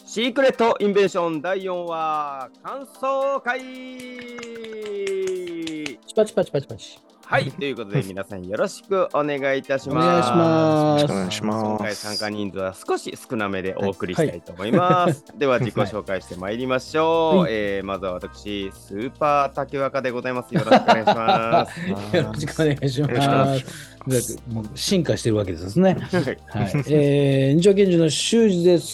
シークレットインベーション第4話感想会。 チパチパチパチパチ。 はい、ということで皆さんよろしくお願いいたしお願いします。 ます。 お願いします。 今回参加人数は少し少なめでお送りはいしたいと思います。では自己紹介してまいりましょう。 はいまずは私、スーパー竹若でございます。よろしくお願いします。 よろしくお願いしよろしくお願まいしますす。もう進化してるわけですね。 はいはい。二丁拳銃の修二です。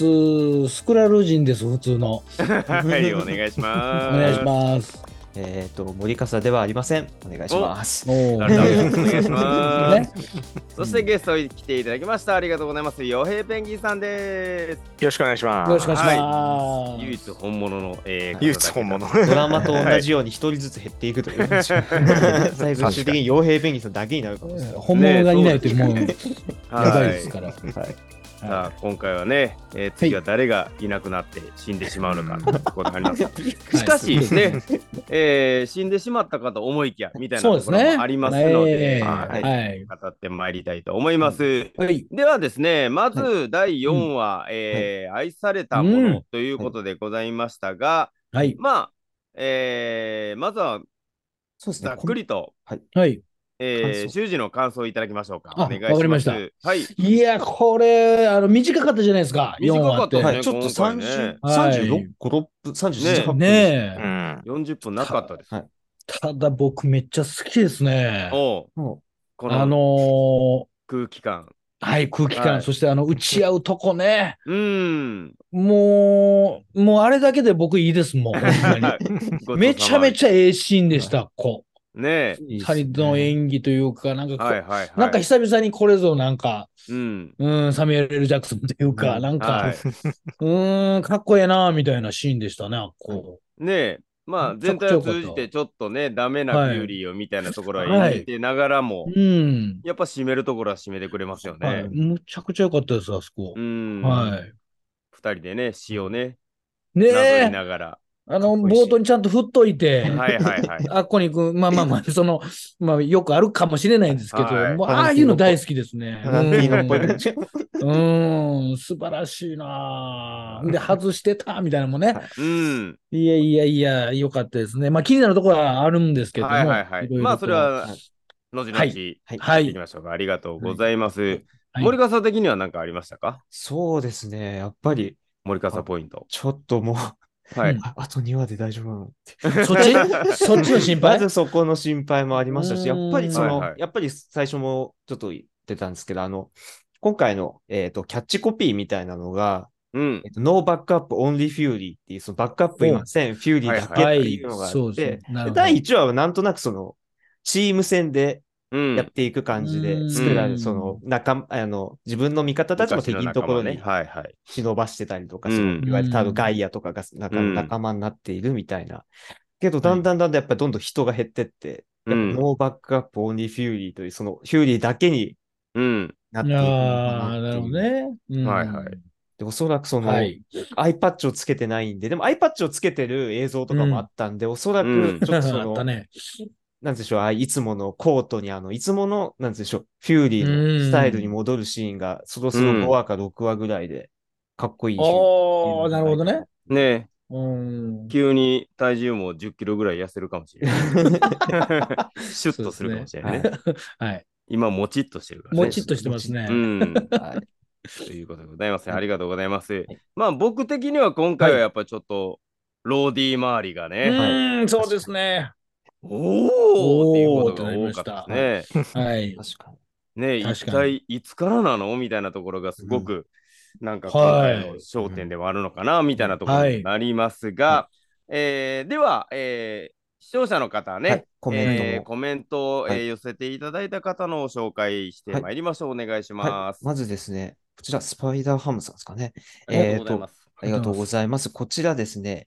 スクラル人です、普通の。 はい、お願いしおます。 願いします。 森笠ではありません。お願いします。 お改めてお願いしねます。そしてゲストに来ていただきました。ありがとうございます。ヨヘイペンギンさんです。 よろしくお願いします。 よろしくお願いします。 唯一本物の、 唯一本物。 ドラマと同じように一人ずつ減っていくという。最後終的に傭兵ペンギンさんだけになるかもしれない。 本物がいないともう、やはいばいですから。 さあ今回はね、次は誰がいなくなって死んでしまうのかということがあります。しかしね、死んでしまったかと思いきやみたいなところもありますので、 はい。 語ってまいりたいと思います。 はい。 ではですね、まず第4話、愛されたものということでございましたが、 はい。 まあ、まずはそうですね。 ざっくりと、 はい。 修二の感想をいただきましょうか。 あお願いします。 わかりましたはい。 いや、これ、短かったじゃないですか。 短かった 4話ねってちょっと今回ね 36、5、6分、37分。 ねえ。 うん。 40分なかったです。 はいただ僕めっちゃ好きですね。 おうもこの空気感。 はい、空気は感。 いそして打ち合うとこね。 ももうあれだけで僕いいですもん。ほんまに。めちゃめちゃええシーンでした、 ねういいですね二人の演技というか、なんかはいはいはい。 なんか久々にこれぞなんか、 うん。 サミュエル・ジャクソンというか、 うんなんか、 はかっこええな、みたいなシーンでしたね、 い。ねえ。まあめちゃ全体をくちゃ良かった通じてちょっとね、ダメなフューリーをみたいなところははい演じてながらも、 うん。 やっぱ締めるところは締めてくれますよね。 むちゃくちゃ良かったです、あそこ。は二人でね、詩をね、 い。ねなぞりえ、 ながら。 冒頭にちゃんと振っといて、 はいはいはい。 あっこに行く、まあ、よくあるかもしれないんですけど、 はいもうああいうの大好きですね。 タランティーノっぽい感じ。 素晴らしいなぁ。で、外してた、みたいなのもね。 うん。 いやいやいや、良かったですね。まあ、気になるところはあるんですけども。 はいはいはい。 ろろとまあそれは、 はい後々、 はいやっていきましょうか。ありがとうございます。 はい森笠的には何かありましたか？ そうですね。やっぱり、 森笠ポイント。 ちょっともう、 はい。 あと2話で大丈夫なのって。 そっちそっちの心配まずそこの心配もありましたし、やっぱりはいはいやっぱり最初もちょっと言ってたんですけど、今回の、キャッチコピーみたいなのが、 うん。 ノーバックアップ、オンリーフューリーっていう、そのバックアップいません、フューリーだけっていうのがあそうってです、なるほど第1話はなんとなくチーム戦でうん。 やっていく感じで作られる、自分の味方たちも敵のところにはいはい。 忍ばしてたりとか、 うんいわゆる多分ガイアとかが仲間になっているみたいな。けど、だんだんやっぱりどんどん人が減ってって、やっぱノーバックアップ、オンリーフューリーという、そのフューリーだけにうん。 なっていくのかああ、 なっていう。 なるほどね。 はいはいで、おそらくはい。 アイパッチをつけてないんで、でもアイパッチをつけてる映像とかもあったんで、おそらうんくちょっとあったね。 なんでしょう、いつものコートにいつもの、なんでしょう、フューリーのスタイルに戻るシーンが、そろそろ5話か6話ぐらいで、かっこいいおー、なるほどね。 ねうん。 急に体重も10キロぐらい痩せるかもしれない。シュッとするかもしれないね。 はい。 今、もちっとしてるからね。 もちっとしてますね。 はい。 ということでございますね。ありがとうございます。 いまあ僕的には今回はやっぱりちょっとローディー周りがね、 そうですね。 おーっていうことが多かったですね。 はい。 確かに。 ね、 確かに一体いつからなのみたいなところがすごく、なんか今回の焦点ではあるのかなみたいなところになりますが、では、視聴者の方ね、 はいコメントもコメントを、 はい寄せていただいた方のを紹介してまいりましょう。お願いします。 まずですね、こちら、スパイダーハムさんですかね。 ありがとうございます。 ありがとうございます。こちらですね、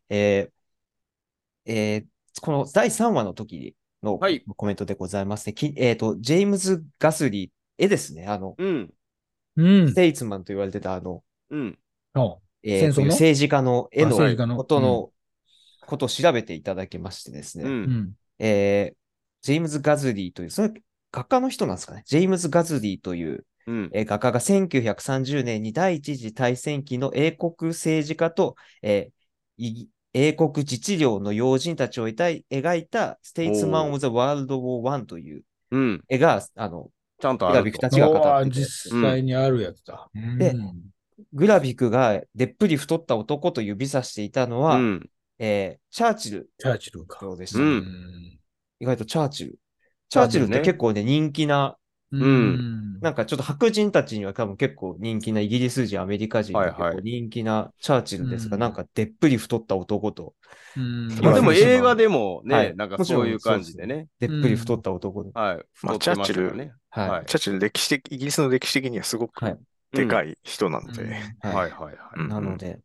この第3話の時のはいコメントでございますね。ジェームズ・ガスリー、絵ですね。 うん。 うんス。テイツマンと言われてたうん。 戦争の政治家の絵の政治家のことを調べていただきましてですね、 うん。 ジェームズ・ガズリーという、それ画家の人なんですかね。ジェームズ・ガズリーという、 画家が1930年に第一次大戦期の英国政治家と、英国自治領の要人たちを描いたステイツマン・オブ・ザ・ワールド・ウォー・1という絵が、 ちゃんとあるグラビックたちが語ってて。 実際にあるやつだ。 で、グラビックがでっぷり太った男と指さしていたのは、チャーチル。 チャーチルか。 そうでしたね。意外とチャーチル。チャーチルって結構ね、人気な、なんかちょっと白人たちには多分結構人気なイギリス人、アメリカ人で結構人気なチャーチルですが、なんかでっぷり太った男と。 まあでも映画でもね、なんかそういう感じでね。 でっぷり太った男で。 はい。 まあチャーチル、チャーチルイギリスの歴史的にはすごくでかい人なので。 はいはいはい。 なので、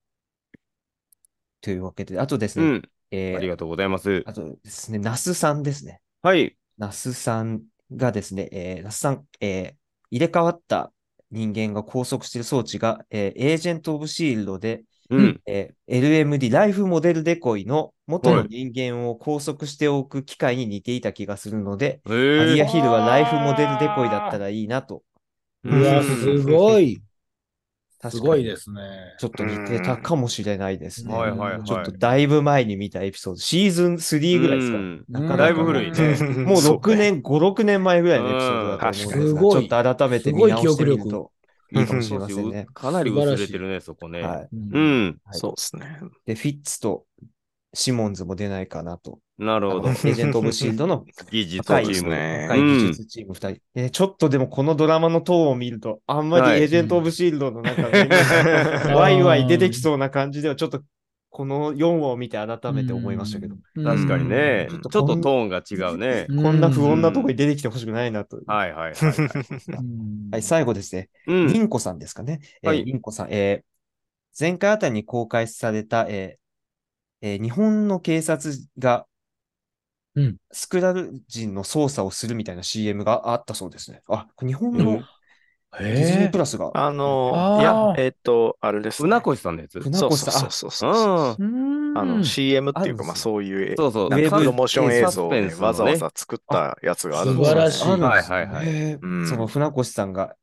というわけで、あとですね。 ありがとうございます。 あとですね、ナスさんですね。 はい。 ナスさんがですね、ナスさん、入れ替わった人間が拘束している装置が、エージェント・オブ・シールドで、LMD、ライフモデルデコイの元の人間を拘束しておく機械に似ていた気がするので、アリア・ヒルはライフモデルデコイだったらいいなと。 うわ、すごい。すごいですね。 ちょっと似てたかもしれないですね。 はいはいはい。 ちょっとだいぶ前に見たエピソード、シーズン3ぐらいですか。なかなかだいぶ古いね。 もう6年、5、6年前ぐらいのエピソードだと思うんですが、ちょっと改めて見直してみるといいかもしれませんね。 かなり薄れてるね、そこね。 はい。 そうですね。 で、フィッツとシモンズも出ないかなと。 なるほど。 エージェント・オブ・シールドの技術チーム。 若い技術チーム2人。ちょっとでもこのドラマのトーンを見ると、あんまりエージェント・オブ・シールドの中で、ワイワイ出てきそうな感じでは、ちょっとこの4話を見て改めて思いましたけど。 確かにね。ちょっとトーンが違うね。 こんな不穏なとこに出てきてほしくないなと。 はいはいはい。最後ですね。リンコさんですかね。リンコさん。前回あたりに公開された、日本の警察がスクラル人の操作をするみたいな CM があったそうですね。あ、日本のディズニープラスが。 いや、あれです。 船越さんのやつ。 船越さん。そう。CM っていうか、まあそういう、プロモーション映像をね、わざわざ作ったやつがあるんですよね。 素晴らしい。 はいはいはい。 その船越さんが、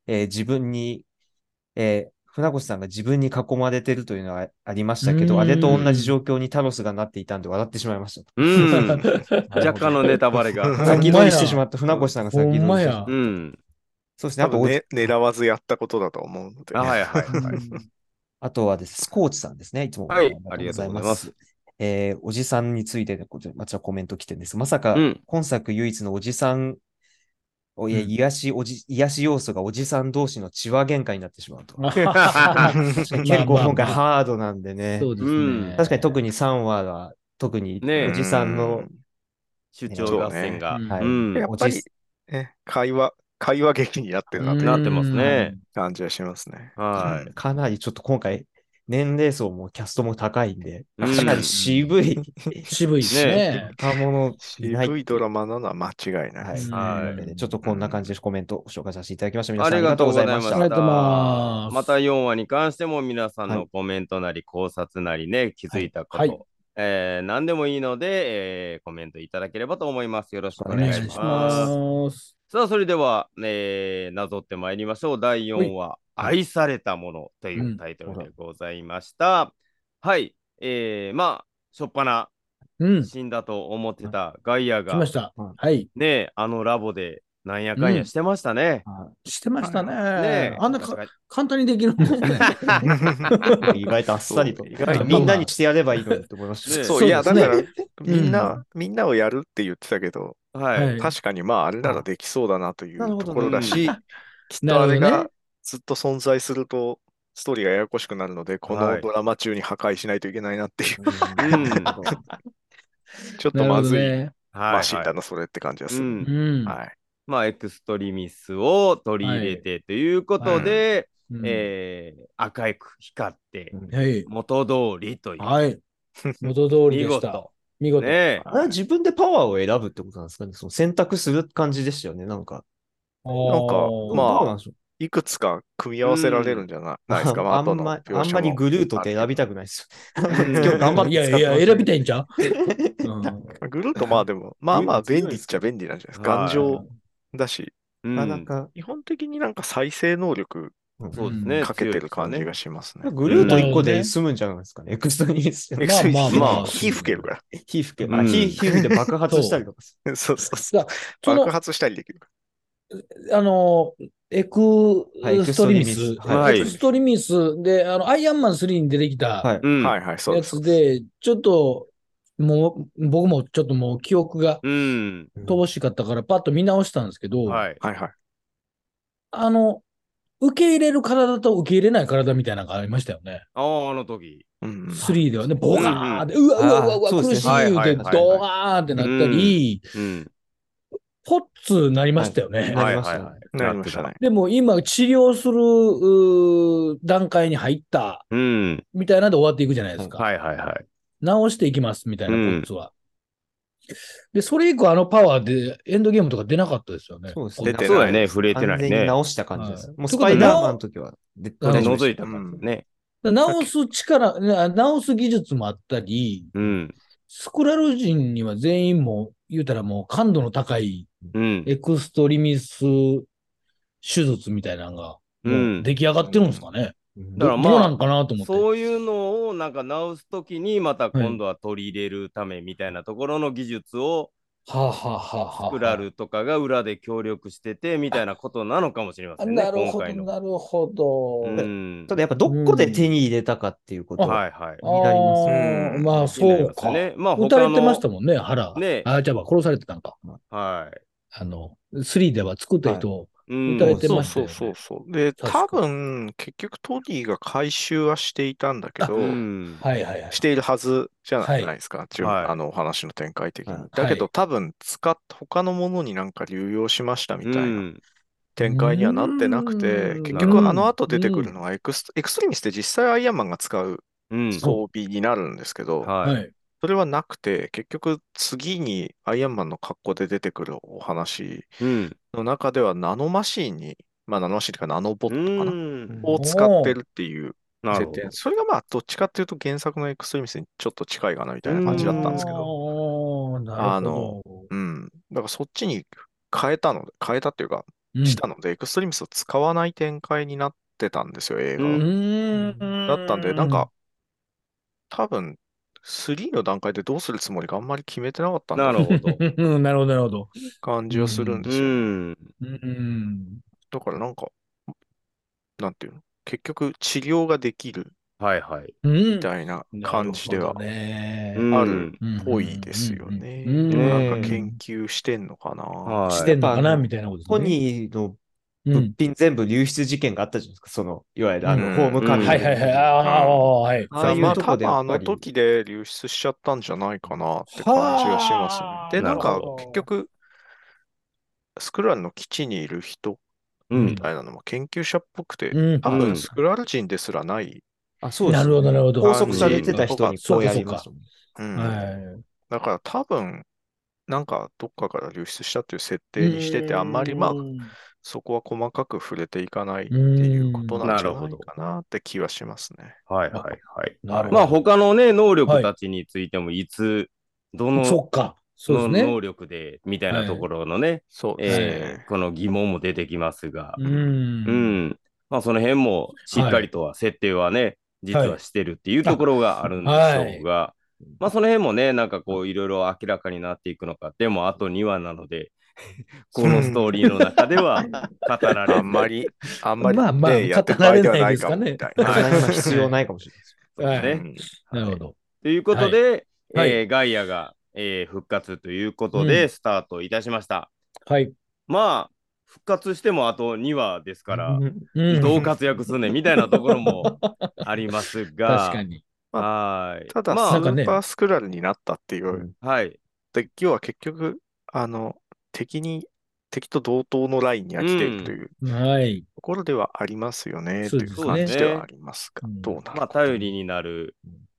船越さんが自分に囲まれてるというのはありましたけど、あれと同じ状況にタロスがなっていたんで笑ってしまいました。 若干のネタバレが。 先取りしてしまった。船越さんが先取りしてしまった。 そうですね。あと狙わずやったことだと思うので。 はいはい。 あとはです、スコーチさんですね。いつもありがとうございます。 おじさんについてで、こちらコメント来てるんです。まさか、今作唯一のおじさん、癒し要素がおじさん同士の血話喧嘩になってしまうと。結構今回ハードなんでね。 そうですね。 確かに特に3話は、特におじさんの主張合戦が。 やっぱり、会話劇になってるなってますね。感じはしますね。 かなりちょっと今回、年齢層もキャストも高いんで、かなり渋い。 渋いですね。 渋いドラマなのは間違いないです。 ちょっとこんな感じでコメントをご紹介させていただきました。皆さんありがとうございました。 ありがとうございます。 また4話に関しても皆さんのコメントなり考察なりね、気づいたこと、何でもいいので、コメントいただければと思います。よろしくお願いします。さあ、それでは、なぞってまいりましょう。第4話、愛されたものというタイトルでございました。はい。まあ、しょっぱな、死んだと思ってたガイアが、 来ました。はい。 ね、ラボでなんやかんやしてましたね。 してましたね。あんな簡単にできるんですね。 意外とあっさりと。みんなにしてやればいいのにと思いました。 そう、いや、だから、みんなをやるって言ってたけど、確かにまあ、あれならできそうだなというところだし、きっとあれがずっと存在すると、ストーリーがややこしくなるので、このドラマ中に破壊しないといけないなっていう。ちょっとまずいマシンだな、それって感じがする。 まあ、エクストリミスを取り入れてということで、赤く光って、元通りという。 はい。元通りでした。見事。 あれは自分でパワーを選ぶってことなんですかね。その選択する感じでしたよね、なんか。 まあ、いくつか組み合わせられるんじゃないですか。 あんまりグルートって選びたくないですよ。頑張って。 いや、選びたいんちゃうグルート、まあでも、まあ便利っちゃ便利なんじゃないですか。頑丈だし。 なかなか。 基本的になんか再生能力そうですね。 かけてる感じがしますね。 グルート1個で済むんじゃないですかね。エクストリミス。 まあ、火吹けるから。 火吹け。火吹いて爆発したりとか。 そうそうそう。爆発したりできる。 エクストリミス。エクストリミスで、アイアンマン3に出てきたやつで、ちょっと、もう、僕もちょっともう記憶が乏しかったから、パッと見直したんですけど、受け入れる体と受け入れない体みたいなのがありましたよね。 あの時。 3ではね、ボカーンって、うわ、苦しい言うて、ドガーンってなったり、ポッツなりましたよね。 なりましたね。 でも今、治療する段階に入った、みたいなんで終わっていくじゃないですか。治していきます、みたいなポッツは。で、それ以降パワーでエンドゲームとか出なかったですよね。 そうだね、触れてないね。 完全に直した感じです。もうスパイダーマンの時は、 覗いた感じね。 直す力、直す技術もあったり、スクラル人には全員も、言うたらもう感度の高い、エクストリミス手術みたいなのが、もう出来上がってるんですかね。だからまあ、どうなんかなと思って。 そういうのをなんか直すときにまた今度は取り入れるためみたいなところの技術を、スクラルとかが裏で協力しててみたいなことなのかもしれませんね。 なるほど、なるほど。 ただやっぱどこで手に入れたかっていうことになりますね。まあそうか。撃たれてましたもんね、腹。じゃあ殺されてたんか。3では作った人を撃たれてましたよね。 そう。で、多分、結局トニーが回収はしていたんだけど、しているはずじゃないですか。お話の展開的に。だけど多分、他のものになんか流用しましたみたいな展開にはなってなくて、結局後出てくるのはエクストリミスって実際アイアンマンが使う装備になるんですけど、それはなくて、結局次にアイアンマンの格好で出てくるお話の中ではナノマシーンに、ナノマシーンというかナノボットかなを使ってるっていう設定。それがどっちかっていうと原作のエクストリミスにちょっと近いかなみたいな感じだったんですけど、だからそっちに変えたっていうか、したので、エクストリミスを使わない展開になってたんですよ、映画は。だったんで、なんか、多分、3の段階でどうするつもりかあんまり決めてなかったんだなるほど。なるほど。 感じはするんですよね。だからなんか、なんていうの、結局治療ができるみたいな感じではあるっぽいですよね。でもなんか研究してんのかな。 してんのかなみたいなことですね。 ポニーの物品全部流出事件があったじゃないですか。いわゆるホーム管理。 多分あの時で流出しちゃったんじゃないかなって感じがしますね。で、なんか結局、スクラルの基地にいる人みたいなのも研究者っぽくて、多分スクラル人ですらない。 そうですね。なるほど。拘束されてた人にこうやります。 だから多分、なんかどっかから流出したっていう設定にしてて、あんまりそこは細かく触れていかないっていうことなんじゃないかなって気はしますね。 他のね、能力たちについてもいつ、どの能力でみたいなところのね、この疑問も出てきますが、その辺もしっかりとは設定はね、実はしてるっていうところがあるんでしょうが、その辺もね、なんかこういろいろ明らかになっていくのか、でもあと2話なので、このストーリーの中では語られあんまりやってる場合ではないかもみたいな。 必要ないかもしれないですね。なるほど。 ということで、ガイアが復活ということでスタートいたしました。復活してもあと2話ですから、どう活躍すんねんみたいなところもありますが、 確かに。 ただ、スーパースクラルになったっていう。要は結局、敵と同等のラインには来ているというところではありますよね、という感じではありますが、どうなるか。 頼りになる。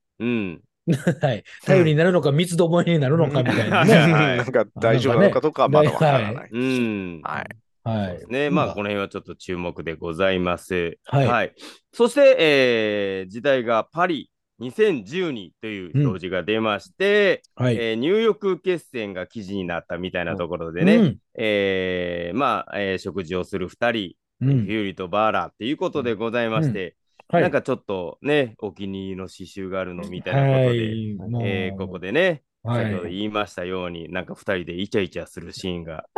頼りになるのか、三つどもえになるのかみたいなね。 なんか大丈夫なのかどうかはまだわからない。 そうですね。この辺はちょっと注目でございます。そして、時代がパリ 2012という表示が出まして、入浴決戦が記事になったみたいなところでね、食事をする2人、フューリとバーラっていうことでございまして、なんかちょっとね、お気に入りの刺繍があるのみたいなことで、ここでね、先ほど言いましたように、なんか2人でイチャイチャするシーンが、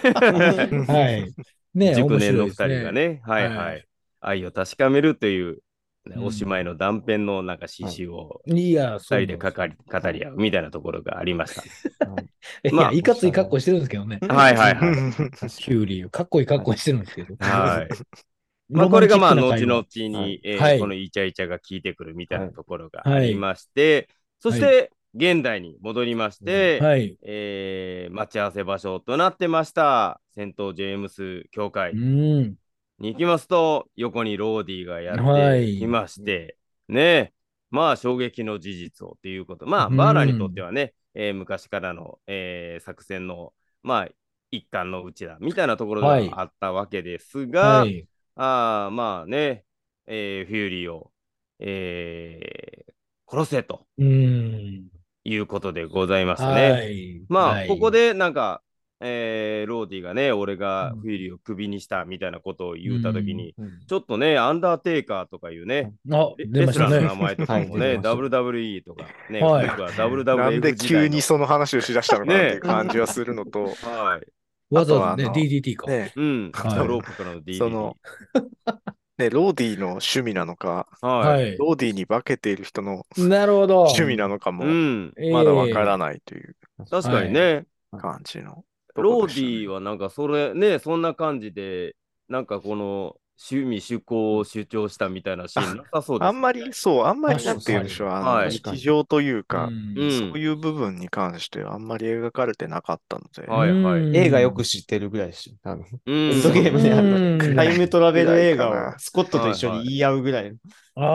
熟年の2人がね、愛を確かめるという、おしまいの断片のなんか刺繍を2人で語り合うみたいなところがありました。 いや、いかつい格好してるんですけどね。 キューリー、かっこいい格好してるんですけど。 これが後々に、このイチャイチャが効いてくるみたいなところがありまして、そして現代に戻りまして、待ち合わせ場所となってましたセント・ジェームス教会に行きますと、横にローディがやってきまして、ね、まあ衝撃の事実をということ、バーラにとってはね、昔からの、作戦の一環のうちだみたいなところがあったわけですが、フューリーを、殺せということでございますね。ここでなんか、ローディがね、俺がフューリーをクビにしたみたいなことを言ったときに、ちょっとね、アンダーテイカーとかいうね、レスラーの名前とかもね、WWE とかね、僕は WWF なんで急にその話をしだしたのかなっていう感じはするのと、 わざわざね、DDT か。 ロープからの DDT。 ローディーの趣味なのか、ローディーに化けている人の趣味なのかも、まだわからないという。 確かにね。 感じの。 ローディーはなんかそれね、そんな感じで、なんかこの趣味趣向を主張したみたいなシーンなさそうです、ね。 あんまりなんて言うんでしょう、日常というか、そういう部分に関してはあんまり描かれてなかったので。 映画よく知ってるぐらいですよ。エンドゲームでタイムトラベル映画をスコットと一緒に言い合うぐらいの。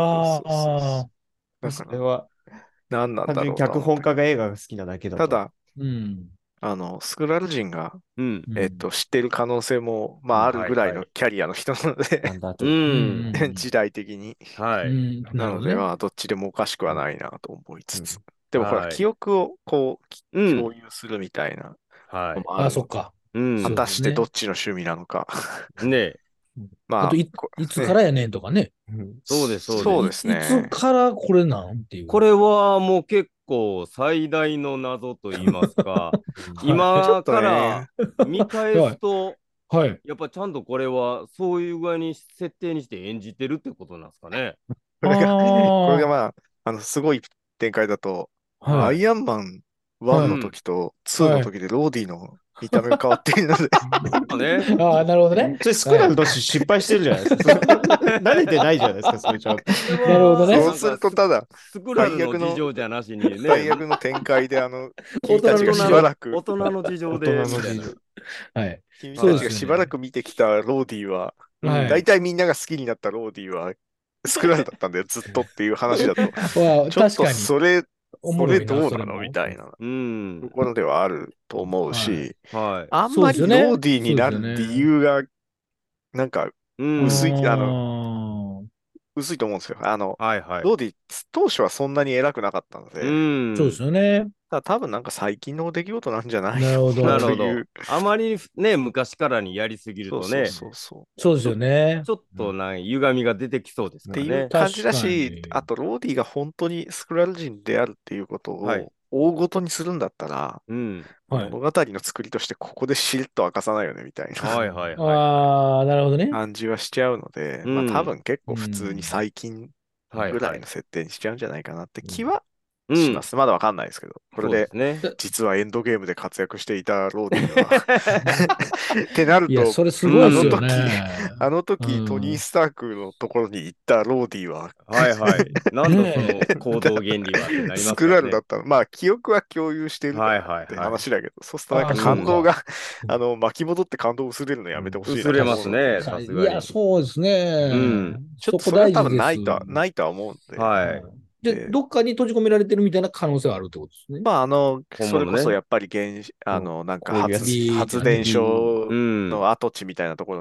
それは、 何なんだろうな。 脚本家が映画が好きなだけだと。 ただ、スクラル人が、知ってる可能性も、あるぐらいのキャリアの人なので、時代的に。なので、どっちでもおかしくはないなと思いつつ。でもほら、記憶をこう、共有するみたいなのもある。 そっか。 果たしてどっちの趣味なのか。 ね。 あといつからやねんとかね。 そうです、 そうですね。 いつからこれなんていう。 これはもう結構最大の謎と言いますか、今から見返すと、やっぱちゃんとこれはそういう具合に設定にして演じてるってことなんですかね。 これがすごい展開だと、アイアンマン1の時と2の時でローディの見た目が変わっているので。 なるほどね。 スクラルと失敗してるじゃないですか。慣れてないじゃないですか、それちゃんと。 なるほどね。 そうするとただ、 スクラルの事情じゃなしにね。 最悪の展開で、君たちがしばらく。 大人の事情で。 君たちがしばらく見てきたローディは、大体みんなが好きになったローディは、スクラルだったんだよ、ずっとっていう話だと。ちょっとそれどうなのみたいなところではあると思うし、あんまりローディーになる理由が、なんか、薄いと思うんですよ。ローディー、当初はそんなに偉くなかったので、 そうですよね。 多分なんか最近の出来事なんじゃないなるほど。 あまりね、昔からにやりすぎるとね、 そうですよね。 ちょっと歪みが出てきそうですからね。 っていう感じだし、あとローディが本当にスクラル人であるっていうことを大ごとにするんだったら、物語の作りとしてここでしれっと明かさないよねみたいななるほどね。 感じはしちゃうので、多分結構普通に最近ぐらいの設定にしちゃうんじゃないかなって気はします。まだわかんないですけど、これで、実はエンドゲームで活躍していたローディはってなると、 それすごいですよね。 あの時、トニー・スタークのところに行ったローディは、 なんだその行動原理はってなりますね。 スクラルだったの。記憶は共有してるって話だけど、そうするとなんか感動が、巻き戻って感動薄れるのやめてほしいな。 薄れますね、さすがに。 いや、そうですね。 ちょっとそれは多分ないとは思うんで。 で、どっかに閉じ込められてるみたいな可能性はあるってことですね。 それこそやっぱりなんか発電所の跡地みたいなところに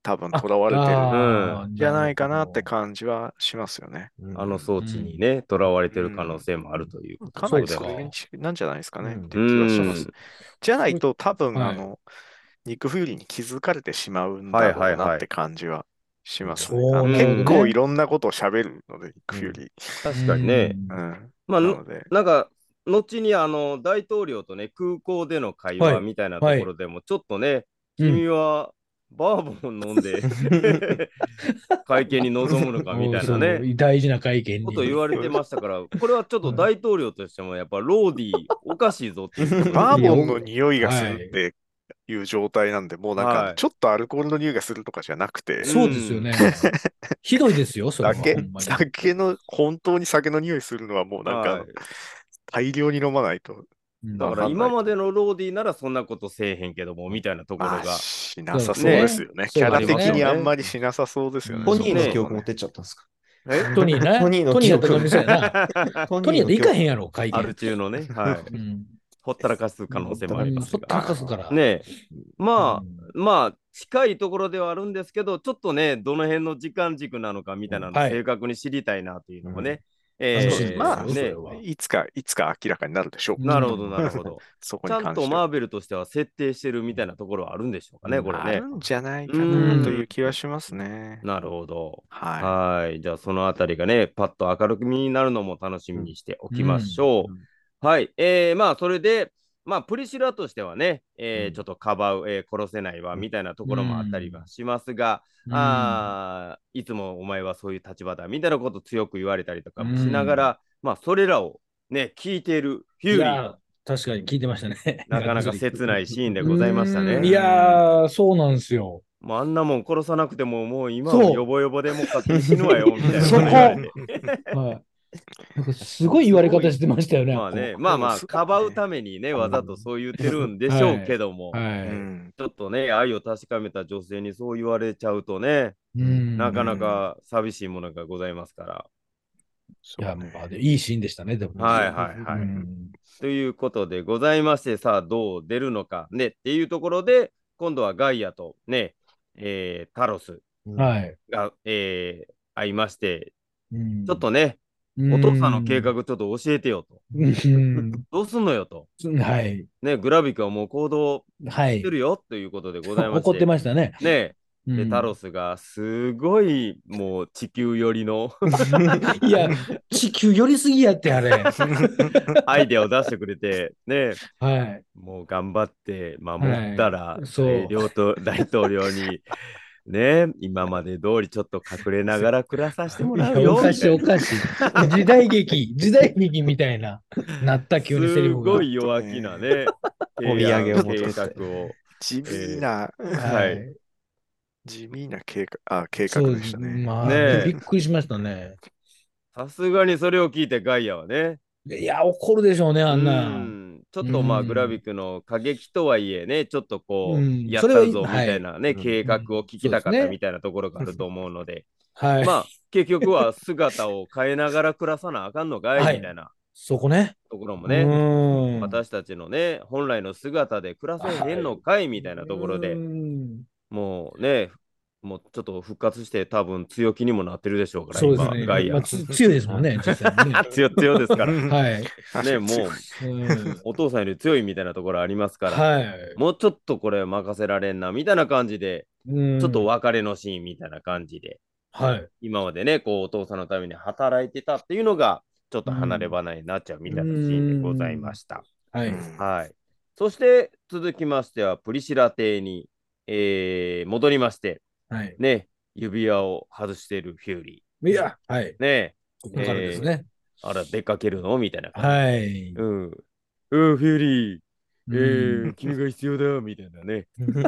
多分囚われてるんじゃないかなって感じはしますよね。 あの装置にね、囚われてる可能性もあるということかなりそれなんじゃないですかねって気はします。じゃないと多分、ニック・フューリーに気づかれてしまうんだろうなって感じはしますね。結構いろんなことを喋るので、ニック・フューリー。 確かにね。まあ、なんか、後に大統領とね、空港での会話みたいなところでも、ちょっとね、君はバーボン飲んで会見に臨むのかみたいなね、 大事な会見にこと言われてましたから、これはちょっと大統領としても、やっぱローディーおかしいぞっていう。 バーボンの匂いがするっていう状態なんで、もうなんか、ちょっとアルコールの匂いがするとかじゃなくて。 そうですよね。ひどいですよ、それは。 本当に酒の匂いするのはもうなんか、大量に飲まないと。 だから今までのローディーならそんなことせえへんけども、みたいなところが。 しなさそうですよね。キャラ的にあんまりしなさそうですよね。 トニーの記憶持ってっちゃったんですか？ トニーね。 トニーの記憶。 トニーやったらいかへんやろ、会見。 アル中のね。はい。ほったらかす可能性もありますほったらかすから。 ねまあ、近いところではあるんですけど、ちょっとね、どの辺の時間軸なのかみたいなのを正確に知りたいなというのもね。 まあね、いつか明らかになるでしょう。 なるほど、なるほど。 そこちゃんとマーベルとしては設定してるみたいなところはあるんでしょうかね、これね。 あるんじゃないかなという気はしますね。 なるほど。 はい。 じゃあ、そのあたりがね、パッと明るみになるのも楽しみにしておきましょう。はい。まあ、それで、まあ、プリシラとしてはね、ちょっとかばう、殺せないわ、みたいなところもあったりはしますが、いつもお前はそういう立場だ、みたいなことを強く言われたりとかもしながら、まあ、それらをね、聞いているフューリー。 確かに聞いてましたね。 なかなか切ないシーンでございましたね。 いやー、そうなんですよ。 もうあんなもん殺さなくても、もう今はヨボヨボでもう勝手に死ぬわよ、みたいなこと言われて。 なんかすごい言われ方してましたよね。 まあね、まあ、かばうためにね、わざとそう言ってるんでしょうけども、ちょっとね、愛を確かめた女性にそう言われちゃうとね、なかなか寂しいものがございますから。 いや、いいシーンでしたね、でも。 はいはいはい。ということでございまして、さあ、どう出るのかねっていうところで、今度はガイアとね、タロスが、会いまして、ちょっとね、お父さんの計画ちょっと教えてよと。どうすんのよと。ね、グラビックはもう行動してるよということでございまして。 怒ってましたね。 ね。で、タロスがすごいもう地球寄りのいや、地球寄りすぎやって、あれ。 アイデアを出してくれて、ね。もう頑張って守ったら、大統領に、ね、今まで通りちょっと隠れながら暮らさせてもらうよ。 おかしいおかしい。時代劇みたいな、なった急にセリフが。すごい弱気なね、 お土産を計画を。 地味な、地味な計画でしたね。 まあ、びっくりしましたね。 さすがにそれを聞いてガイアはね。 いや、怒るでしょうね、あんな。 ちょっとまあ、グラビックの過激とはいえね、ちょっとこう、やったぞみたいなね、計画を聞きたかったみたいなところがあると思うので、まあ、結局は姿を変えながら暮らさなあかんのかいみたいな。 そこね。 ところもね、私たちのね、本来の姿で暮らせへんのかいみたいなところで、もうね、もうちょっと復活して多分強気にもなってるでしょうから、 そうですね。 ガイア。 強いですもんね、実際にね。 強ですから。 はい。 ね、もう、お父さんより強いみたいなところありますから、もうちょっとこれ任せられんな、みたいな感じで、ちょっと別れのシーンみたいな感じで、今までね、こう、お父さんのために働いてたっていうのが、ちょっと離れ離れになっちゃうみたいなシーンでございました。はい。そして続きましては、プリシラ邸に、戻りまして、ね、指輪を外しているフューリー。いや、はい。 ね、 ここからですね。 あら、出かけるのみたいな感じ。はい。 フューリー、君が必要だみたいなね。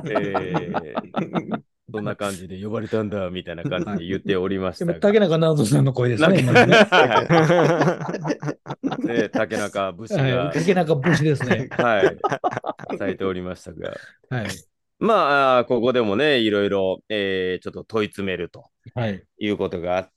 そんな感じで呼ばれたんだみたいな感じで言っておりましたが。 竹中直人さんの声ですね。 竹中節が。 竹中節ですね。 はい。されておりましたが。はい。まあ、ここでもね、いろいろ、ちょっと問い詰めるということがあって、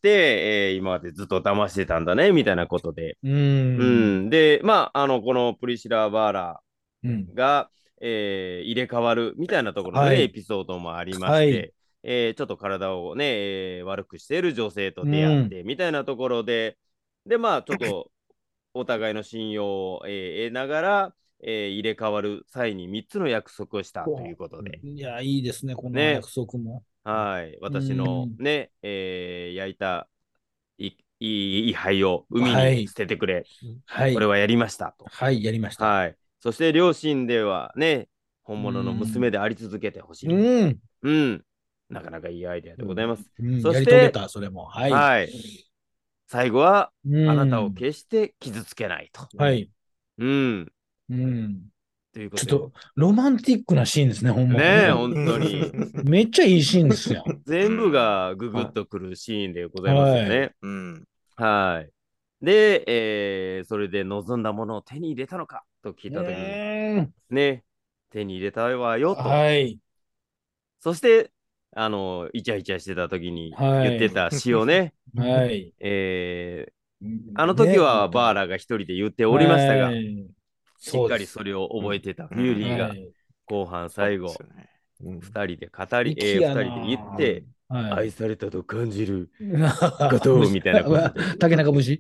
今までずっと騙してたんだね、みたいなことで。で、まあ、このプリシラ・バーラが、入れ替わるみたいなところの、ねエピソードもありまして、 ちょっと体をね、悪くしている女性と出会って、みたいなところで、で、まあ、ちょっとお互いの信用を、得ながら、入れ替わる際に3つの約束をしたということで。 いや、いいですね、この約束も。 はい。私のね、焼いたい灰を海に捨ててくれ。はい。これはやりましたと。 はい、やりました。 はい。そして両親ではね、本物の娘であり続けてほしい。うん。なかなかいいアイデアでございます。 そして、やり遂げた、それも。はい。 はい。最後は、あなたを決して傷つけないと。 はい。 うん。 ということで。ちょっと、ロマンティックなシーンですね、ほんま。 ねえ、本当に。 めっちゃいいシーンですよ。 全部がググッとくるシーンでございますよね。はい。で、それで望んだものを手に入れたのかと聞いたときに、ね、手に入れたわよと。はい。そして、イチャイチャしてたときに言ってた詩をね、はい。あの時はバーラが一人で言っておりましたが、しっかりそれを覚えてたフューリーが、後半最後、二人で語り、二人で言って、愛されたと感じることみたいなことで。 竹中節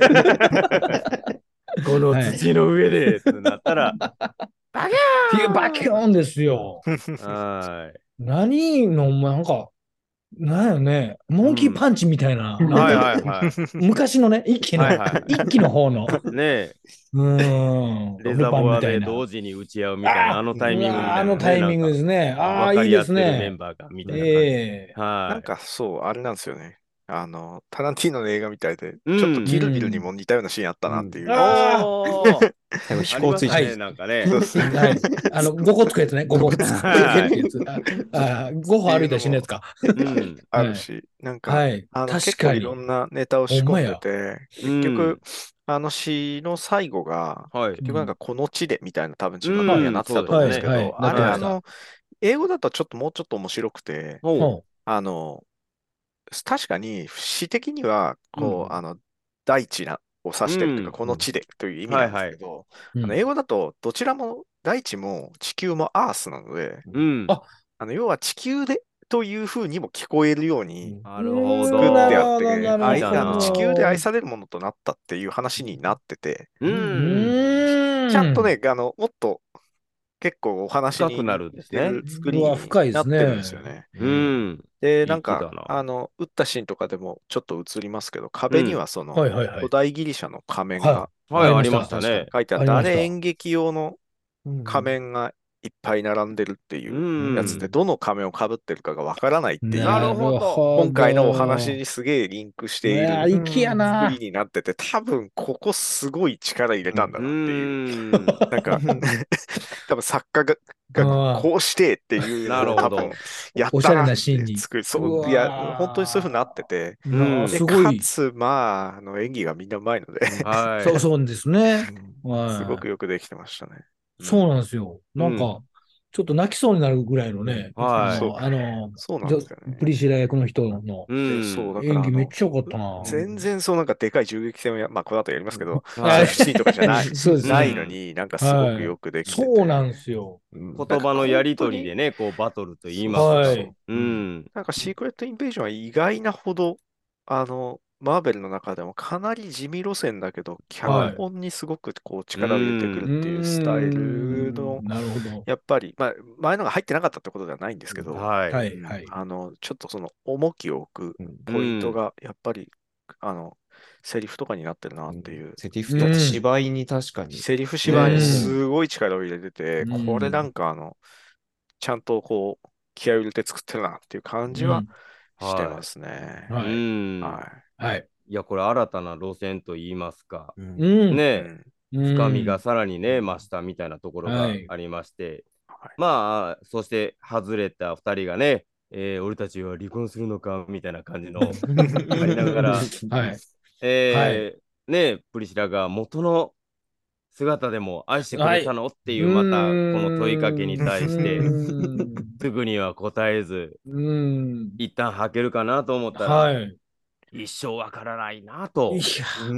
この土の上でってなったら、 バキューンですよ。はい。何の、なんか、なんやね、モンキーパンチみたいな。はいはいはい。昔のね、一気の方の。ねえ。レザボアで同時に打ち合うみたいな、あのタイミングみたいな。 あのタイミングですね。ああ、いいですね。 メンバーがみたいな感じ。 なんかそう、あれなんですよね。タランティーノの映画みたいで、ちょっとキルビルにも似たようなシーンあったなっていう。 飛行ついてね、なんかね。 そうですね。5個つくやつね。5個つくやつ。5歩歩いたら死ぬやつか。 あるし、なんか、結構いろんなネタを仕込んでて、結局、詩の最後が、結局なんかこの地でみたいな多分字幕にはなってたと思うんですけど、あれ英語だともうちょっと面白くて、確かに詩的には、こう、大地を指してるというか、この地でという意味なんですけど、英語だとどちらも大地も地球もアースなので、要は地球でというふうにも聞こえるように作ってあって、地球で愛されるものとなったっていう話になってて、ちゃんとね、もっと結構お話になるんですね。 作りになってるんですよね。で、なんか、撃ったシーンとかでもちょっと映りますけど、壁にはその古代ギリシャの仮面がありましたね。 書いてあって、あれ演劇用の仮面がいっぱい並んでるっていうやつで、どの仮面をかぶってるかがわからないっていう、今回のお話にすげえリンクしている作りになってて、多分ここすごい力入れたんだなっていう、なんか、多分作家がこうしてっていうのを多分やったなって作り、そう、いや、本当にそういうふうになってて、で、かつ、まあ、演技がみんなうまいのでそうですね。 すごくよくできてましたね。 そうなんですよ。なんか、ちょっと泣きそうになるぐらいのね、 そうなんですよね。 プリシラ役の人の演技めっちゃ良かったな。 全然そうなんかでかい銃撃戦をまあこの後やりますけど、シーンとかじゃないのに、なんかすごくよくできてて。 そうなんですよ。 言葉のやりとりでね、こうバトルと言いますか。 なんかシークレットインベージョンは意外なほど、マーベルの中でもかなり地味路線だけど、脚本にすごくこう力を入れてくるっていうスタイルの、やっぱり、まあ、前のが入ってなかったってことではないんですけど、ちょっとその重きを置くポイントが、やっぱり、セリフとかになってるなっていう。 セリフとか芝居に確かに。 セリフ芝居にすごい力を入れてて、これなんかちゃんとこう、気合を入れて作ってるなっていう感じはしてますね。 はい。 いや、これ新たな路線と言いますか。ね、深みがさらにね、増したみたいなところがありまして。まあ、そして外れた2人がね、俺たちは離婚するのかみたいな感じのありながら、ね、プリシラが元の姿でも愛してくれたのっていう、またこの問いかけに対してすぐには答えず、一旦吐けるかなと思ったら、一生わからないなと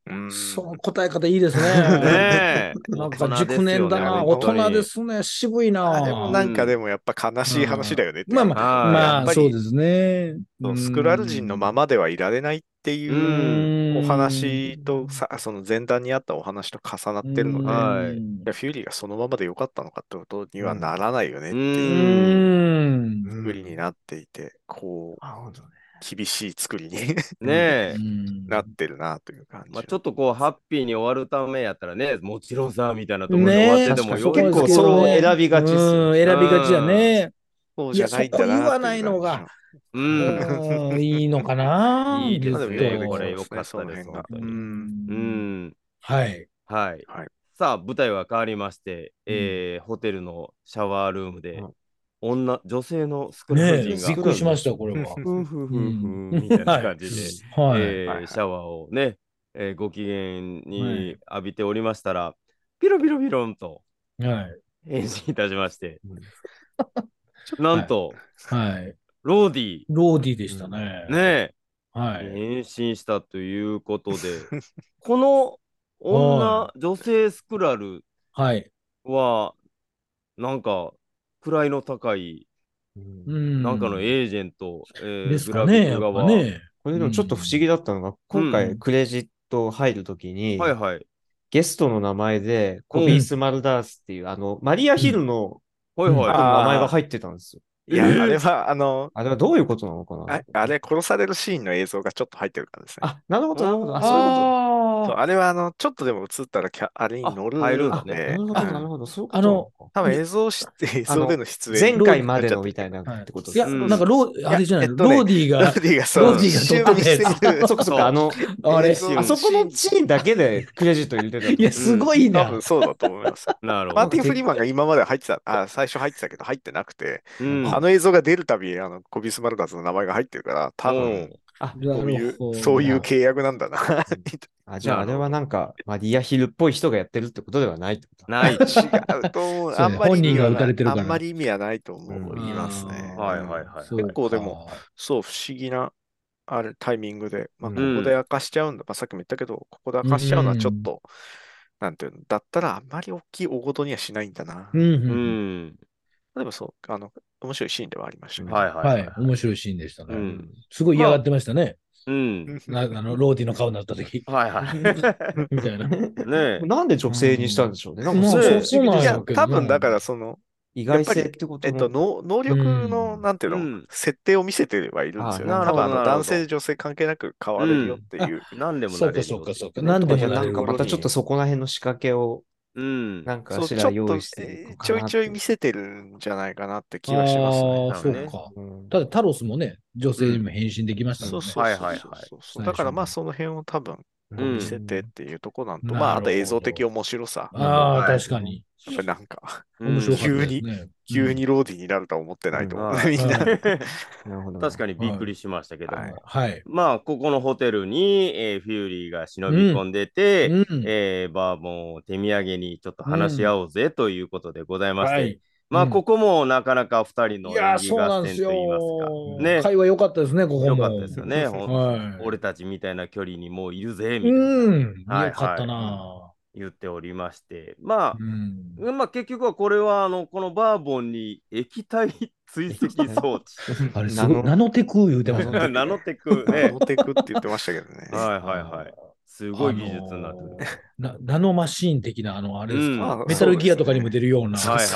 その答え方いいですね。 ねえ。 なんか熟年だな。大人ですね。渋いな。 でもなんかでもやっぱ悲しい話だよねって。 まあまあ、まあ、そうですね。 スクラル人のままではいられないっていうお話とその前段にあったお話と重なってるので、フューリーがそのままでよかったのかってことにはならないよねっていう作りになっていて、こう、厳しい作りにねなってるなという感じ。 まあちょっとこうハッピーに終わるためやったらね、もちろんさみたいなところで終わってても結構そう選びがちですよ。選びがちやね。 そうじゃないんだな。 いや、そこ言わないのがいいのかな。 いいですね。これよかったです。本当に。 はい。 はい。さあ、舞台は変わりまして、ホテルのシャワールームで、女性のスクラル人が、 びっくりしました、これは。 みたいな感じで、シャワーをね、ご機嫌に浴びておりましたら、ピロピロピロンと変身いたしまして、なんと、ローディでしたね。 ね変身したということで、この女性スクラルは、なんか、位の高い、なんかのエージェント、 ですかね、 これでもちょっと不思議だったのが、今回クレジット入るときに、ゲストの名前で、コビース・マルダースっていう、マリア・ヒルの名前が入ってたんですよ。 いや、あれは、 あれはどういうことなのかな。 あれ、殺されるシーンの映像がちょっと入ってるからですね。 あ、なるほど、なるほど。あ、そういうこと。 あれは、ちょっとでも映ったらあれに乗るので。 なるほど、なるほど。そういうこと多分映像での出演。 前回までのみたいなってことですか。いや、なんかあれじゃない、ローディが撮ってたそっかそっか、あれ、あそこのシーンだけでクレジット入れてた。 いや、すごいな。 多分そうだと思います。マーティン・フリーマンが今まで入ってた、最初入ってたけど入ってなくて、あの映像が出るたび、コビス・マルダーズの名前が入ってるから、多分、そういう契約なんだな。 じゃあ、あれはなんか、マリア・ヒルっぽい人がやってるってことではないってことない。 違うと思う。あんまり意味はないと思いますね。結構でも、そう、不思議な、タイミングで、ここで明かしちゃうんだ。さっきも言ったけど、ここで明かしちゃうのはちょっと、なんていうの、だったらあんまり大きい大ごとにはしないんだな。でもそう、面白いシーンではありましたね。 はい、面白いシーンでしたね。すごい嫌がってましたね。ローディの顔になった時。みたいな。 なんで女性にしたんでしょうね。なんかそうなんや、多分だから意外性ってこと能力の、なんていうの、設定を見せてはいるんですよね。多分男性、女性関係なく変われるよっていう。 何でもなれる。 そうか。何でもなれる。 なんかまたちょっとそこら辺の仕掛けを、なんかしら用意してちょいちょい見せてるんじゃないかなって気はしますね。 そうか。ただタロスもね、女性にも変身できましたもんね。 だからまあその辺を多分見せてっていうとこなんと、あと映像的面白さ。 確かに。 やっぱりなんか、 急にローディになるとは思ってないと思う。みんな。 確かにびっくりしましたけど。まあ、ここのホテルにフューリーが忍び込んでて、バーボンを手土産にちょっと話し合おうぜということでございまして、まあ、ここもなかなか2人の演技合戦といいますか。ね。 会話良かったですね、ここも。 良かったですよね。俺たちみたいな距離にもういるぜ、みたいな。 良かったな。 言っておりまして、まあ結局はこれはこのバーボンに液体追跡装置。 あれすごいナノテク言うてましたね。 ナノテクね。 ナノテクって言ってましたけどね。 すごい技術になってる。 ナノマシーン的な、あれですか。メタルギアとかにも出るような。 それ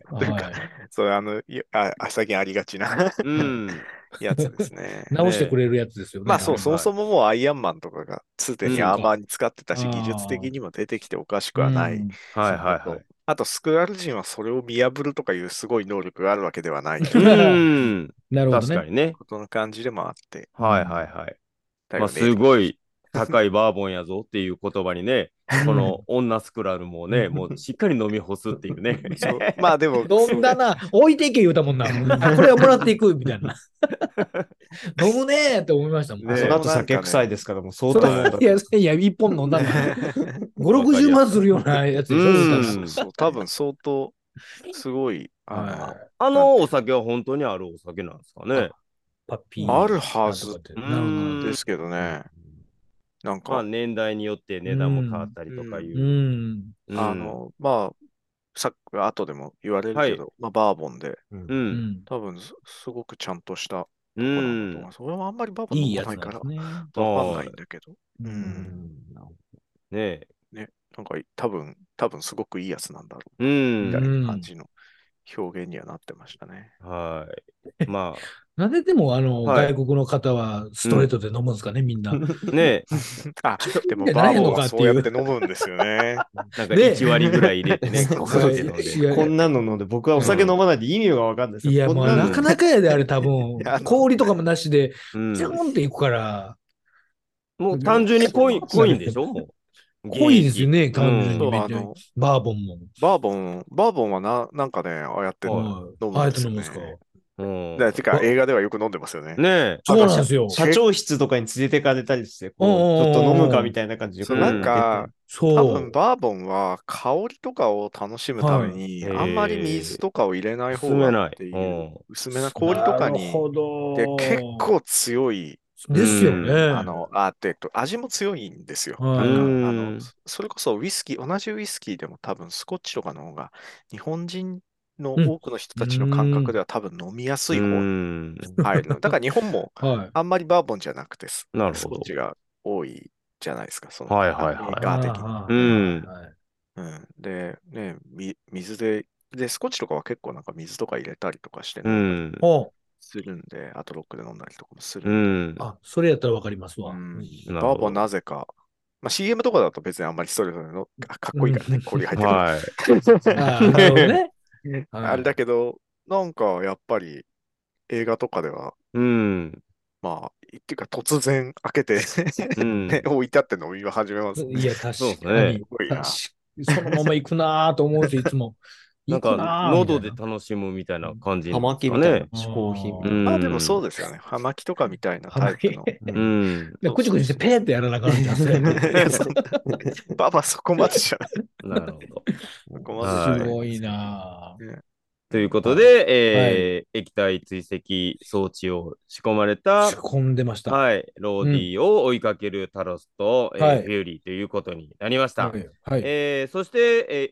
最近ありがちなやつですね。 直してくれるやつですよね。 まあそう、そもそももうアイアンマンとかがすでにアーマーに使ってたし、技術的にも出てきておかしくはない。あと、スクラル人はそれを見破るとかいうすごい能力があるわけではない。 なるほどね。 確かにね。 ことの感じでもあって。 まあすごい高いバーボンやぞっていう言葉にね、この女スクラルもね、もうしっかり飲み干すっていうね。 まあでも。 飲んだな、置いていけ言うたもんな。これはもらっていくみたいな。飲むねーって思いましたもん。 その後酒臭いですから、もう相当飲んだ。 いや、一本飲んだんだ。5、60万するようなやつでしょ。 多分相当、すごい。 お酒は本当にあるお酒なんですかね。 あるはずですけどね。 なんか、 まあ年代によって値段も変わったりとかいう。 まあ、後でも言われるけど、まあ、バーボンで、多分すごくちゃんとしたとこなんだと思います。俺はあんまりバーボン飲まないから、わかんないんだけど。 ねなんか多分すごくいいやつなんだろうみたいな感じの表現にはなってましたね。 はい。まあ。 なんででも外国の方はストレートで飲むんですかね、みんな。 ねでもバーボンはそうやって飲むんですよね。 なんか1割ぐらい入れてね。 こんなの飲んで、僕はお酒飲まないで意味がわかんないですよ。 いや、もうなかなかやで、あれ多分。氷とかもなしで、ジューンっていくから。 もう単純に濃いんでしょもう。 濃いですよね、単純に。バーボンも。 バーボンはなんかね、ああやって飲むんですよね。てか、映画ではよく飲んでますよね。 そうなんですよ。 社長室とかに連れてかれたりして、ちょっと飲むかみたいな感じで。 なんか、多分バーボンは香りとかを楽しむために、あんまり水とかを入れない方がっていう、薄めな氷とかに、で結構強い。 ですよね。 味も強いんですよ。それこそ同じウイスキーでも多分スコッチとかの方が、日本人の多くの人たちの感覚では多分飲みやすい方に入るの。だから日本もあんまりバーボンじゃなくてスコッチが多いじゃないですか、そのメーカー的に。で、ね、水で、スコッチとかは結構なんか水とか入れたりとかして飲んだりするんで、あとロックで飲んだりとかもするんで。 それやったらわかりますわ。 バーボンなぜか、まあ、CM とかだと別にあんまりストレートのかっこいいからね、氷入ってる。なるほどね。あれだけど、なんかやっぱり映画とかでは、まあ、っていうか突然開けて置いてあって飲み始めます。 いや、確かに。そのまま行くなと思うんですよ、いつも。 なんか、喉で楽しむみたいな感じですかね。 葉巻みたいな嗜好品。 でもそうですよね。葉巻とかみたいなタイプの。 くちくちしてペーってやらなかったんですね。ババそこまでじゃない。なるほど。 そこまですごいなということで、液体追跡装置を仕込まれた、 仕込んでました。 はい、ローディーを追いかけるタロスと、フューリーということになりました。そして、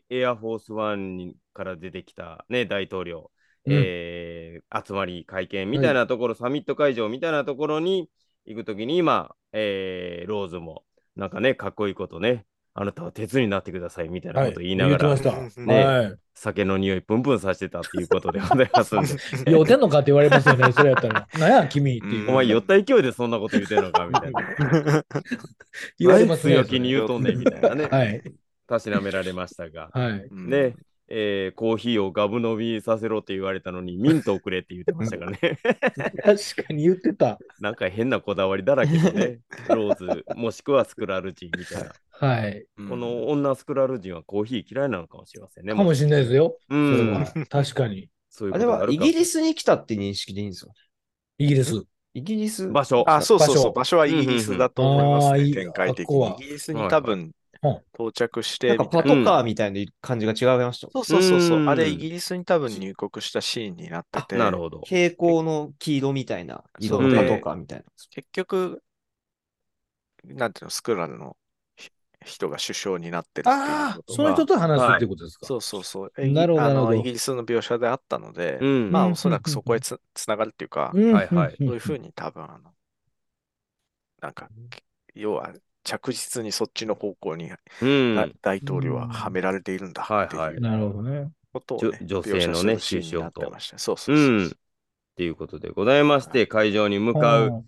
エアフォースワンから出てきた、ね、大統領、集まり会見みたいなところ、サミット会場みたいなところに行くときに、今、ローズも、なんかね、かっこいいことね、あなたは鉄になってくださいみたいなことを言いながら、ね、酒の匂いプンプンさせてたっていうことでございますんで。 酔ってんのかって言われますよね、それやったら。なんや、君っていう。 お前酔った勢いでそんなこと言ってんのかみたいな。言われますね。強気に言うとんねんみたいなね。たしなめられましたが。ね。コーヒーをガブ飲みさせろって言われたのにミントをくれって言ってましたからね。 確かに言ってた。 なんか変なこだわりだらけでね。ローズもしくはスクラル人みたいな。 はい。 この女スクラル人はコーヒー嫌いなのかもしれませんね。 かもしれないですよ。それは。確かに。 あれはイギリスに来たって認識でいいんですよ。 イギリス。 イギリス場所。 そうそうそう。場所はイギリスだと思いますね。展開的に。イギリスに多分到着して。 なんかパトカーみたいな感じが違いました。 そう。あれイギリスに多分入国したシーンになってて。 なるほど。 蛍光の黄色みたいな色のパトカーみたいな。 結局、なんていうの、スクラルの人が首相になってるっていうことが。 その人と話すっていうことですか。 そう。 なるほど。 イギリスの描写であったので、まあおそらくそこへつながるっていうか、そういうふうに多分なんか、要は着実にそっちの方向に大統領ははめられているんだっていうことを女性のね、首相と。 そう。 っていうことでございまして、会場に向かう、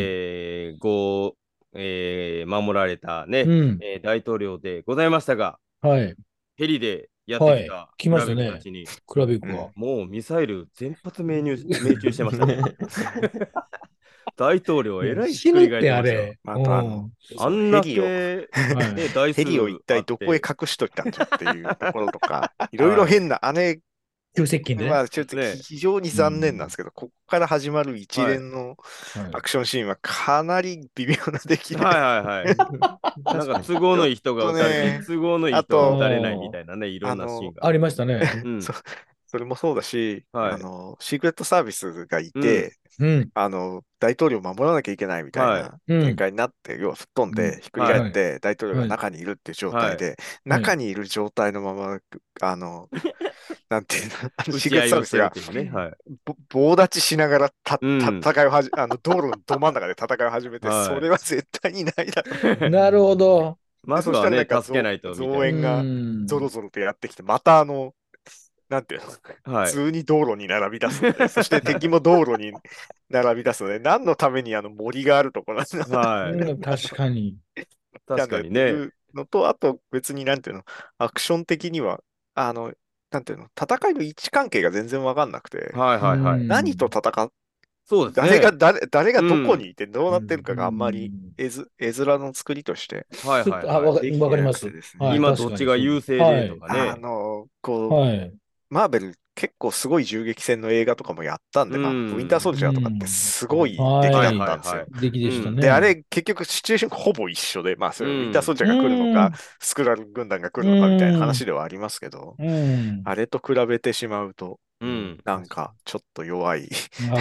守られたね、大統領でございましたが、ヘリでやってきたクラビックたちに、クラビックはもうミサイル全発命中してましたね。大統領はえらいひっくり返ってました。あんなヘリを一体どこへ隠しといたんだっていうところとか、いろいろ変な、 急接近で、 まあ、ちょっと非常に残念なんですけど、ここから始まる一連のアクションシーンはかなり微妙な出来で。 なんか都合のいい人が撃たれて、都合のいい人が撃たれないみたいなね、いろんなシーンが。 ありましたね。 それもそうだし、 はいシークレットサービスがいて、大統領を守らなきゃいけないみたいな展開になって、要は吹っ飛んで、ひっくり返って、大統領が中にいるっていう状態で、中にいる状態のまま、なんていうの、シークレットサービスが、棒立ちしながら戦いを道路のど真ん中で戦いを始めて、それは絶対にないだろう。 なるほど。 まずはね、助けないと。 増援がゾロゾロとやってきて、またなんていうの、普通に道路に並び出すので、そして敵も道路に並び出すので、何のために森があるところなんだ確かに。 確かにね。 のと、あと別になんていうの、アクション的には、なんていうの、戦いの位置関係が全然わかんなくて、何と戦っそうですね。 誰がどこにいてどうなってるかがあんまり絵面の作りとしてわかります。 今どっちが優勢でとかね。 マーベル結構すごい銃撃戦の映画とかもやったんで、ウィンターソルジャーとかってすごい出来だったんですよ。 出来でしたね。 で、あれ結局シチュエーションほぼ一緒で、ウィンターソルジャーが来るのか、スクラル軍団が来るのかみたいな話ではありますけど、あれと比べてしまうと、なんかちょっと弱い。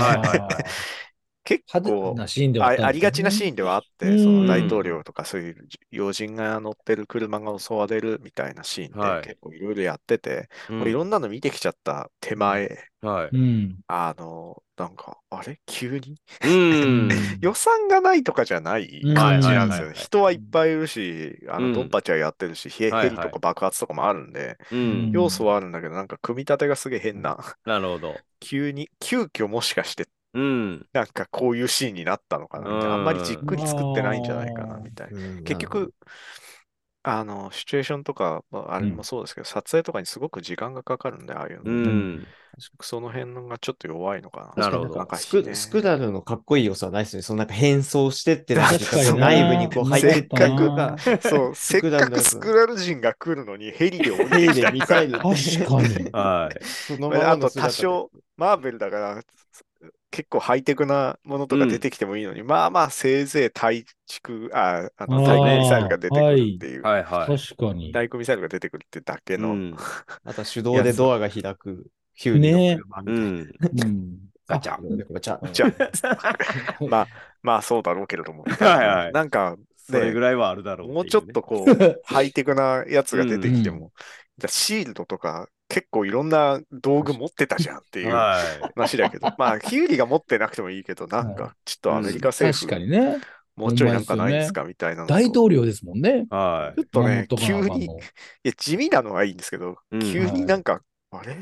結構ありがちなシーンではあって、その大統領とかそういう要人が乗ってる車が襲われるみたいなシーンって結構いろいろやってて、いろんなの見てきちゃった手前、なんか、あれ急に予算がないとかじゃない感じなんですよね。人はいっぱいいるし、ドンパチはやってるし、ヘリとか爆発とかもあるんで、要素はあるんだけど、なんか組み立てがすげえ変な。 なるほど。 急遽もしかして、なんかこういうシーンになったのかなみたいな。あんまりじっくり作ってないんじゃないかなみたいな。結局、シチュエーションとか、あれもそうですけど、撮影とかにすごく時間がかかるんで、ああいうの。その辺のがちょっと弱いのかな。なるほど。 スクラルのかっこいい要素はないですよね。そのなんか変装してってなんか内部にこう入ってったりとか。 せっかくスクラル人が来るのにヘリで降りてきたミサイル。 確かに。 あと多少、マーベルだから、結構ハイテクなものとか出てきてもいいのに、まあせいぜい対空ミサイルが出てくるっていう。 確かに。 対空ミサイルが出てくるってだけの。 あとは手動でドアが開くヒューリーの車みたいな。 ガチャ。 じゃまあそうだろうけれども。なんか、 それぐらいはあるだろう。 もうちょっとこう、ハイテクなやつが出てきても、シールドとか結構いろんな道具持ってたじゃんっていう話だけど、まあ、ヒューリーが持ってなくてもいいけど、なんか、ちょっとアメリカ政府、もうちょいなんかないですかみたいな。 大統領ですもんね。 ちょっとね、急に、地味なのはいいんですけど、急になんか、あれ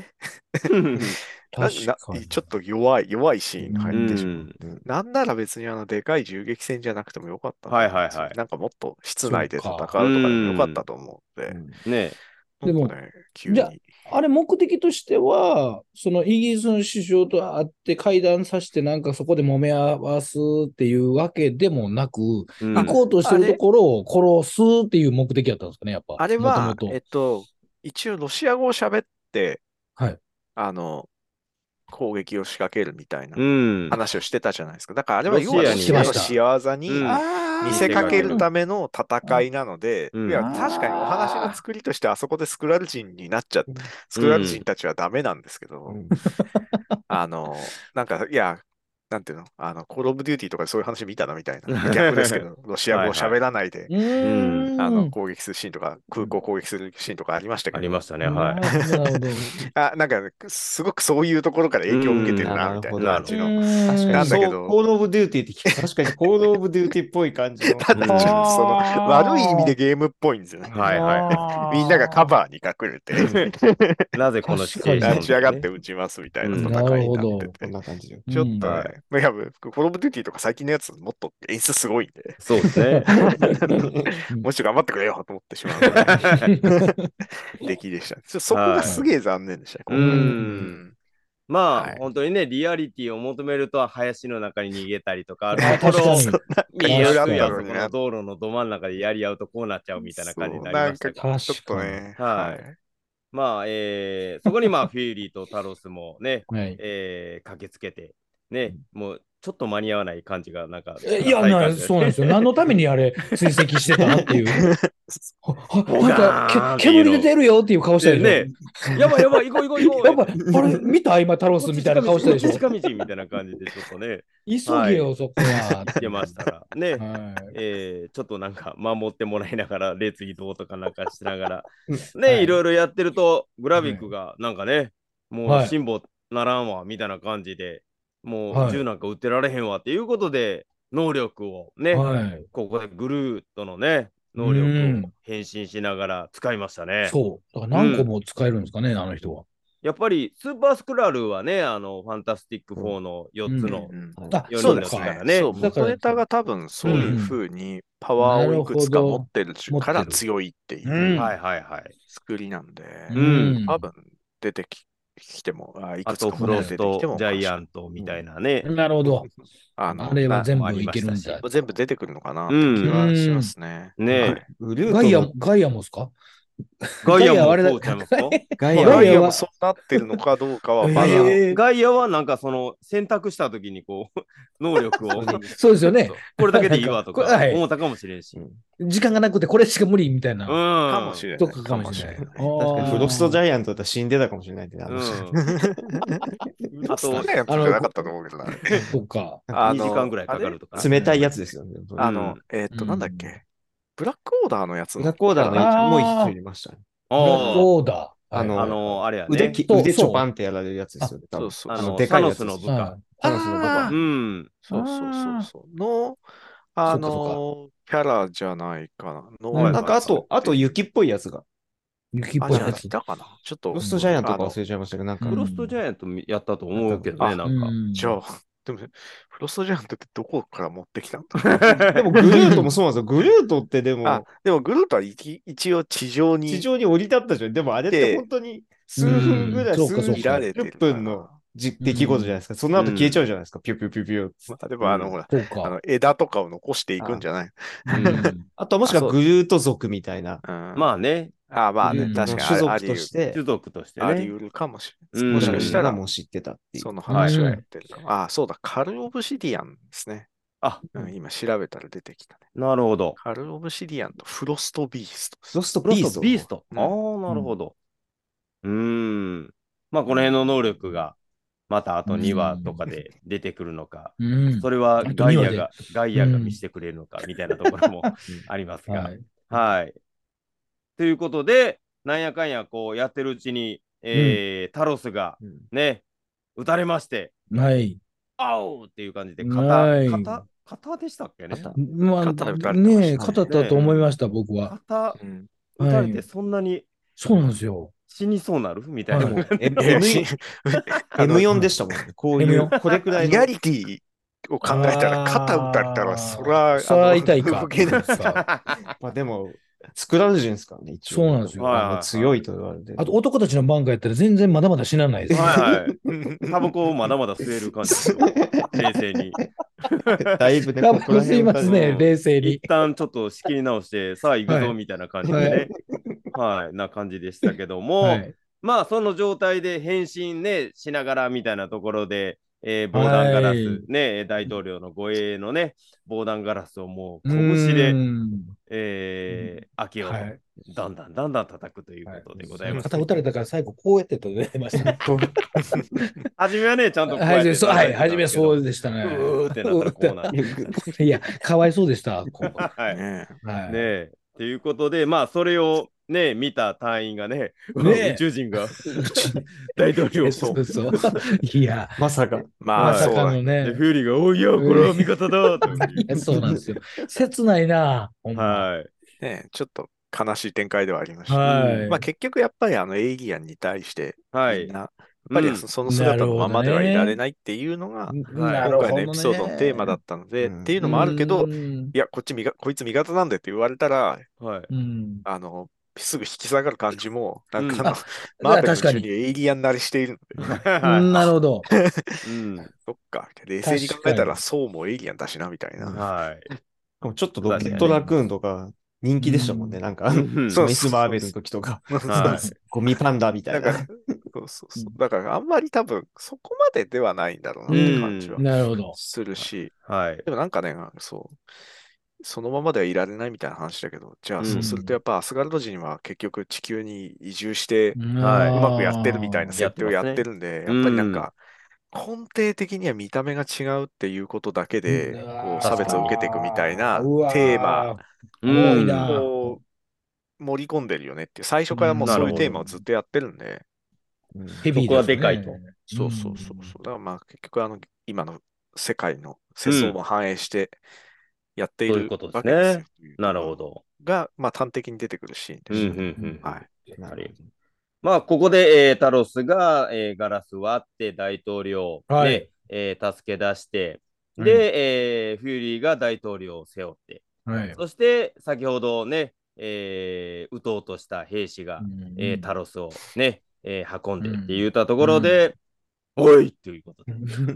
ちょっと弱いシーンが入ってしまう。なんなら別にでかい銃撃戦じゃなくてもよかったなんかもっと室内で戦うとかでもよかったと思うので。 でも、じゃあれ目的としては、そのイギリスの首相と会って会談させてなんかそこで揉め合わすっていうわけでもなく、行こうとしてるところを殺すっていう目的やったんですかね、やっぱ。 あれは、一応ロシア語を喋って、攻撃を仕掛けるみたいな話をしてたじゃないですか。だからあれは要はロシアの仕業に見せかけるための戦いなので、いや確かにお話の作りとしてあそこでスクラル人になっちゃって、スクラル人たちはダメなんですけど、なんか、いや、なんていうのコールオブデューティーとかでそういう話見たなみたいな。逆ですけど、ロシア語を喋らないで、攻撃するシーンとか、空港攻撃するシーンとかありましたけど。 ありましたね、はい。 なんか、すごくそういうところから影響を受けてるな、みたいな感じの。 なんだけど。コールオブデューティーって聞く確かにコールオブデューティーっぽい感じの。 ただ、ちょっとその、悪い意味でゲームっぽいんですよね。みんながカバーに隠れて。 なぜこのシチュエーション立ち上がって撃ちますみたいな戦いになってて。 こんな感じで。 ちょっとね、いや、コールオブデューティーとか最近のやつもっと演出すごいんで。 そうですね。 もうちょい頑張ってくれよと思ってしまう。出来でした。そこがすげえ残念でした。 まあ、本当にね、リアリティを求めると、林の中に逃げたりとか、あるところを見えやすいあそこの道路のど真ん中でやり合うとこうなっちゃうみたいな感じになりましたけど。 なんかちょっとね。 はい。まあ、そこにまあ、フィーリーとタロスもね、駆けつけて、ね、もうちょっと間に合わない感じが、なんか。 いや、そうなんですよ。何のためにあれ、追跡してたっていう。 なんか、煙出てるよっていう顔したでしょ。 ね、やばいやばい、行こう行こう行こう。 やばい、あれ、見た今、タロスみたいな顔したでしょ。 近道みたいな感じで、ちょっとね。 急げよ、そこは。 行けましたら。ね。ちょっとなんか、守ってもらいながら、列移動とかなんかしながら、ね、いろいろやってると、グラビックが、なんかね、もう辛抱ならんわ、みたいな感じで、もう銃なんか撃ってられへんわっていうことで、能力をね、ここでグルートのね、能力を変身しながら使いましたね。 そう。だから何個も使えるんですかね、あの人は。 やっぱりスーパースクラルはね、ファンタスティック4の4つの 4人の力ね。そう、元ネタが多分そういうふうにパワーをいくつか持ってるから強いっていう作りなんで、多分出てきても、いくつかフロストジャイアントみたいなね。 なるほど。あれは全部いけるんだ。 全部出てくるのかなって気はしますね。 ねガイアもですか？ ガイアもそうちゃいますか？ ガイアもそうなってるのかどうかはまだ。 ガイアはなんかその選択したときにこう、能力を。 そうですよね。 これだけでいいわとか思ったかもしれんし。 時間がなくてこれしか無理みたいな。 かもしれない。 とかかもしれない。確かにフロストジャイアントだったら死んでたかもしれないってね。 あと、ジャイアントじゃなかったと思うけどな。 そうか。 2時間ぐらいかかるとか。 冷たいやつですよね。 なんだっけ。ブラックオーダーのやつ。 ブラックオーダーのやつもう一人いましたね。 ブラックオーダー。あれやね。 腕ちょぱんってやられるやつですよね。 そうそう。 でかいやつ。 サノスの部下。 サノスの部下。 そう。の、キャラじゃないかな。 なんかあと雪っぽいやつが。 雪っぽいやつ。 いたかな。ちょっと。 フロストジャイアントか忘れちゃいましたけど、なんか。 フロストジャイアントやったと思うけどね、なんか。 じゃあ、でも、フロストジャイアントってどこから持ってきたんだでもグルートもそうなんですよ。グルートってでも。 でもグルートは一応地上に降り立ったじゃん。でもあれって本当に数分ぐらい、10分の出来事じゃないですか。その後消えちゃうじゃないですか。ピュピュピュピュ。 でもほら、枝とかを残していくんじゃない？ あともしくはグルート族みたいな。 まあね。 まあね、確かに。 種族として。 種族としてね。 あり得るかもしれない。 もしかしたらもう知ってたっていう。 その話はやってるかも。そうだ、カル・オブシディアンですね。今調べたら出てきたね。 なるほど。 カル・オブシディアンとフロスト・ビースト。 フロスト・ビースト。 なるほど。まあ、この辺の能力が、またあと2話とかで出てくるのか、それはガイアが見せてくれるのか、みたいなところもありますが。はい。ということで、なんやかんやこうやってるうちに、タロスがね、撃たれまして、あおっていう感じで、肩でしたっけね。 肩だと思いました、僕は。 肩撃たれてそんなに。 そうなんですよ。 死にそうなるみたいな。 M4 でしたもんね。こういう、これくらいリアリティを考えたら、肩打たれたら、そら痛いか。 まあでも、スクラル人ですからね、一応。 そうなんですよ。 強いと言われて。 あと男たちの番がやったら全然まだまだ死なないです。 タバコをまだまだ吸える感じですよ。冷静に。 だいぶね、タバコ吸いますね、冷静に。 一旦ちょっと仕切り直して、さあ行くぞみたいな感じでね。な感じでしたけども、まあその状態で変身ね、しながらみたいなところで、防弾ガラス、ね、大統領の護衛のね、防弾ガラスをもう拳で、開けようと、だんだん叩くということでございます。 肩打たれたから最後こうやってと出ました。 初めはね、ちゃんとこうやって。 初めはそうでしたね。 うーってなったらこうなって。 いや、かわいそうでした。 ねということで、まあそれをね、見た隊員がね、宇宙人が大統領を。 いや、 まさか。 まさかのね。 フューリーが、おいや、これは味方だそうなんですよ。切ないな。 ね、ちょっと悲しい展開ではありました。まあ結局やっぱりエイリアンに対してみんな、やっぱりその姿のままではいられないっていうのが、今回のエピソードのテーマだったので、っていうのもあるけど、いや、こいつ味方なんでって言われたら、すぐ引き下がる感じも、なんかマーベルの中にエイリアンなりしているので。 なるほど。 そっか、冷静に考えたらそうもエイリアンだしな、みたいな。 ちょっとロケットラクーンとか人気でしたもんね、なんか。ミス・マーベルの時とか。ゴミパンダみたいな。 だからあんまり多分そこまでではないんだろうなって感じはするし。でもなんかね、そう。 そのままではいられないみたいな話だけど、じゃあそうするとやっぱアスガルド人は結局地球に移住してうまくやってるみたいな設定をやってるんで、やっぱりなんか根底的には見た目が違うっていうことだけで、こう差別を受けていくみたいなテーマを盛り込んでるよねっていう、最初からもうそういうテーマをずっとやってるんで、 そこはでかいと。 そう。だからまあ結局今の世界の世相も反映してやっているわけですよ。 なるほど。 が、まあ端的に出てくるシーンでした。はい。 まあ、ここで、タロスが、ガラス割って大統領を、ね助け出して、で、フューリーが大統領を背負って、そして先ほどね、撃とうとした兵士が、タロスをね、運んでって言ったところで、おいということで。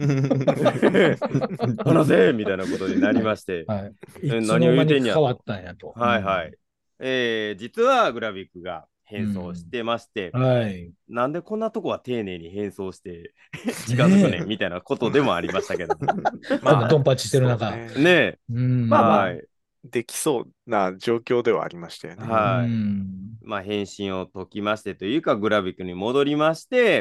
話せみたいなことになりまして、 何を言うてんやと。変わったんやと。 実はグラビックが変装してまして、なんでこんなとこは丁寧に変装して近づくねみたいなことでもありましたけど。 まあ、ドンパチしてる中。 ねまあ、できそうな状況ではありましたよね。 まあ、変身を解きましてというか、グラビックに戻りまして、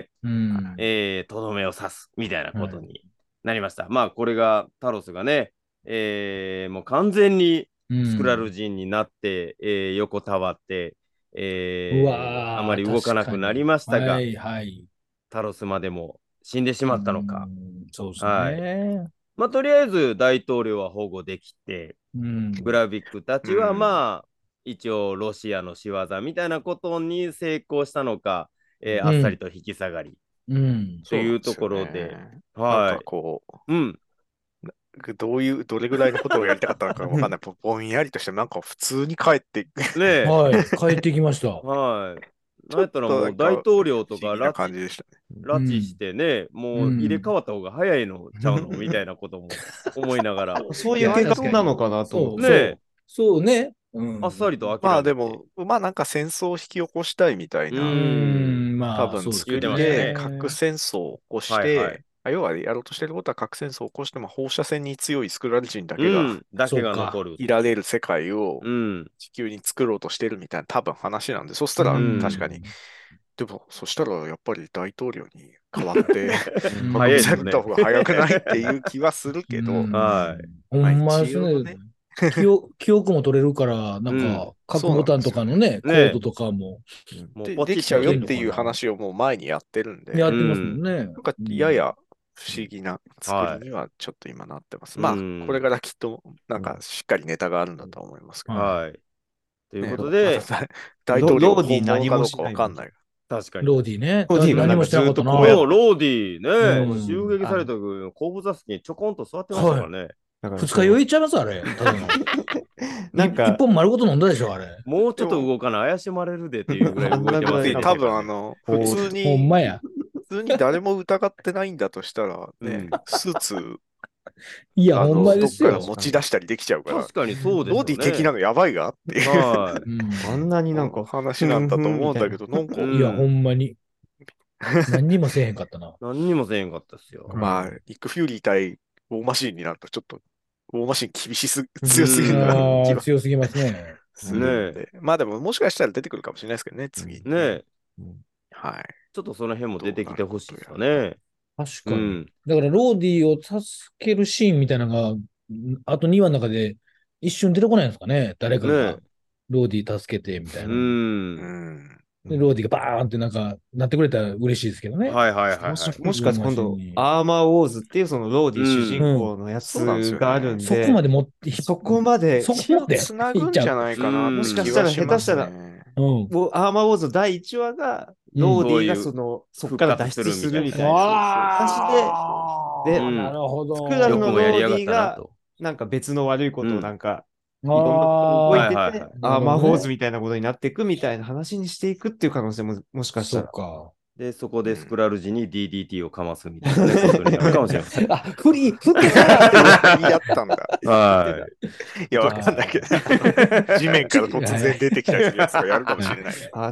とどめを刺すみたいなことになりました。まあ、これがタロスがね、もう完全にスクラル人になって、横たわって、あまり動かなくなりましたが、タロスまでも死んでしまったのか。 そうですね。 まあ、とりあえず大統領は保護できて、グラビックたちはまあ、一応ロシアの仕業みたいなことに成功したのか、あっさりと引き下がり、というところで、 なんかこう、どれぐらいのことをやりたかったのかわかんない。ぼんやりとして、なんか普通に帰って帰ってきました。 なんやったらもう大統領とか拉致してね、もう入れ替わった方が早いのちゃうのみたいなことも思いながら。 そういう計画なのかなと思って。 そうね。 あっさりと諦めて。 まあでも、まあなんか戦争を引き起こしたいみたいな、多分作りで核戦争を起こして、要はやろうとしてることは核戦争を起こしても放射線に強いスクラル人だけが残る。 いられる世界を地球に作ろうとしてるみたいな多分話なんで、そしたら確かに。でも、そしたらやっぱり大統領に変わって破壊された方が早くないっていう気はするけど、 ほんまですね。記憶も取れるから、なんか、核ボタンとかのね、コードとかも。 できちゃうよっていう話をもう前にやってるんで。 やってますもんね。 なんか、やや不思議な作りにはちょっと今なってます。まあ、これからきっと、なんか、しっかりネタがあるんだと思いますけど。 ということで、 大統領に何もかわかんない。 確かに。 ローディね。 ローディが何もしてなかったな。ローディね、襲撃された時、後部座席にちょこんと座ってましたからね。 二日酔いちゃいますあれ。なんか一本丸ごと飲んだでしょあれ。 もうちょっと動かない怪しまれるでっていうぐらい動いてますね。 多分普通にほんまや。 普通に誰も疑ってないんだとしたらね、スーツいやほんまですよ。 どっから持ち出したりできちゃうから。 確かにそうですよね。 ローディ的なのやばいがっていうあんなになんか話なんだと思うんだけど、なんかいやほんまに何にもせえへんかったな。 何にもせえへんかったっすよ。 まあニック・フューリー対ウォーマシーンになるとちょっとウォーマシーン強すぎるな。 強すぎますね。 まあでももしかしたら出てくるかもしれないですけどね、次。 ね。 はい。 ちょっとその辺も出てきてほしいですよね。 確かに。だからローディを助けるシーンみたいなのが、あと2話の中で一瞬出てこないんですかね。誰かがローディ助けてみたいな。でローディがバーンってなってくれたら嬉しいですけどね。 もしかして今度、アーマーウォーズっていうそのローディ主人公のやつがあるんで、 そこまでそこまで繋ぐんじゃないかな。 もしかしたら下手したら、アーマーウォーズ第1話が、ローディがそこから脱出するみたいな話で、 なるほど。 スクラルのローディが、なんか別の悪いことをなんか、いろんな動いてて、アーマーウォーズみたいなことになっていくみたいな話にしていくっていう可能性ももしかしたら。 で、そこでスクラル時に DDT をかますみたいなことになるかもしれません。 振りたらやったんだ。いや、わかんないけど、地面から突然出てきたやつがやるかもしれない。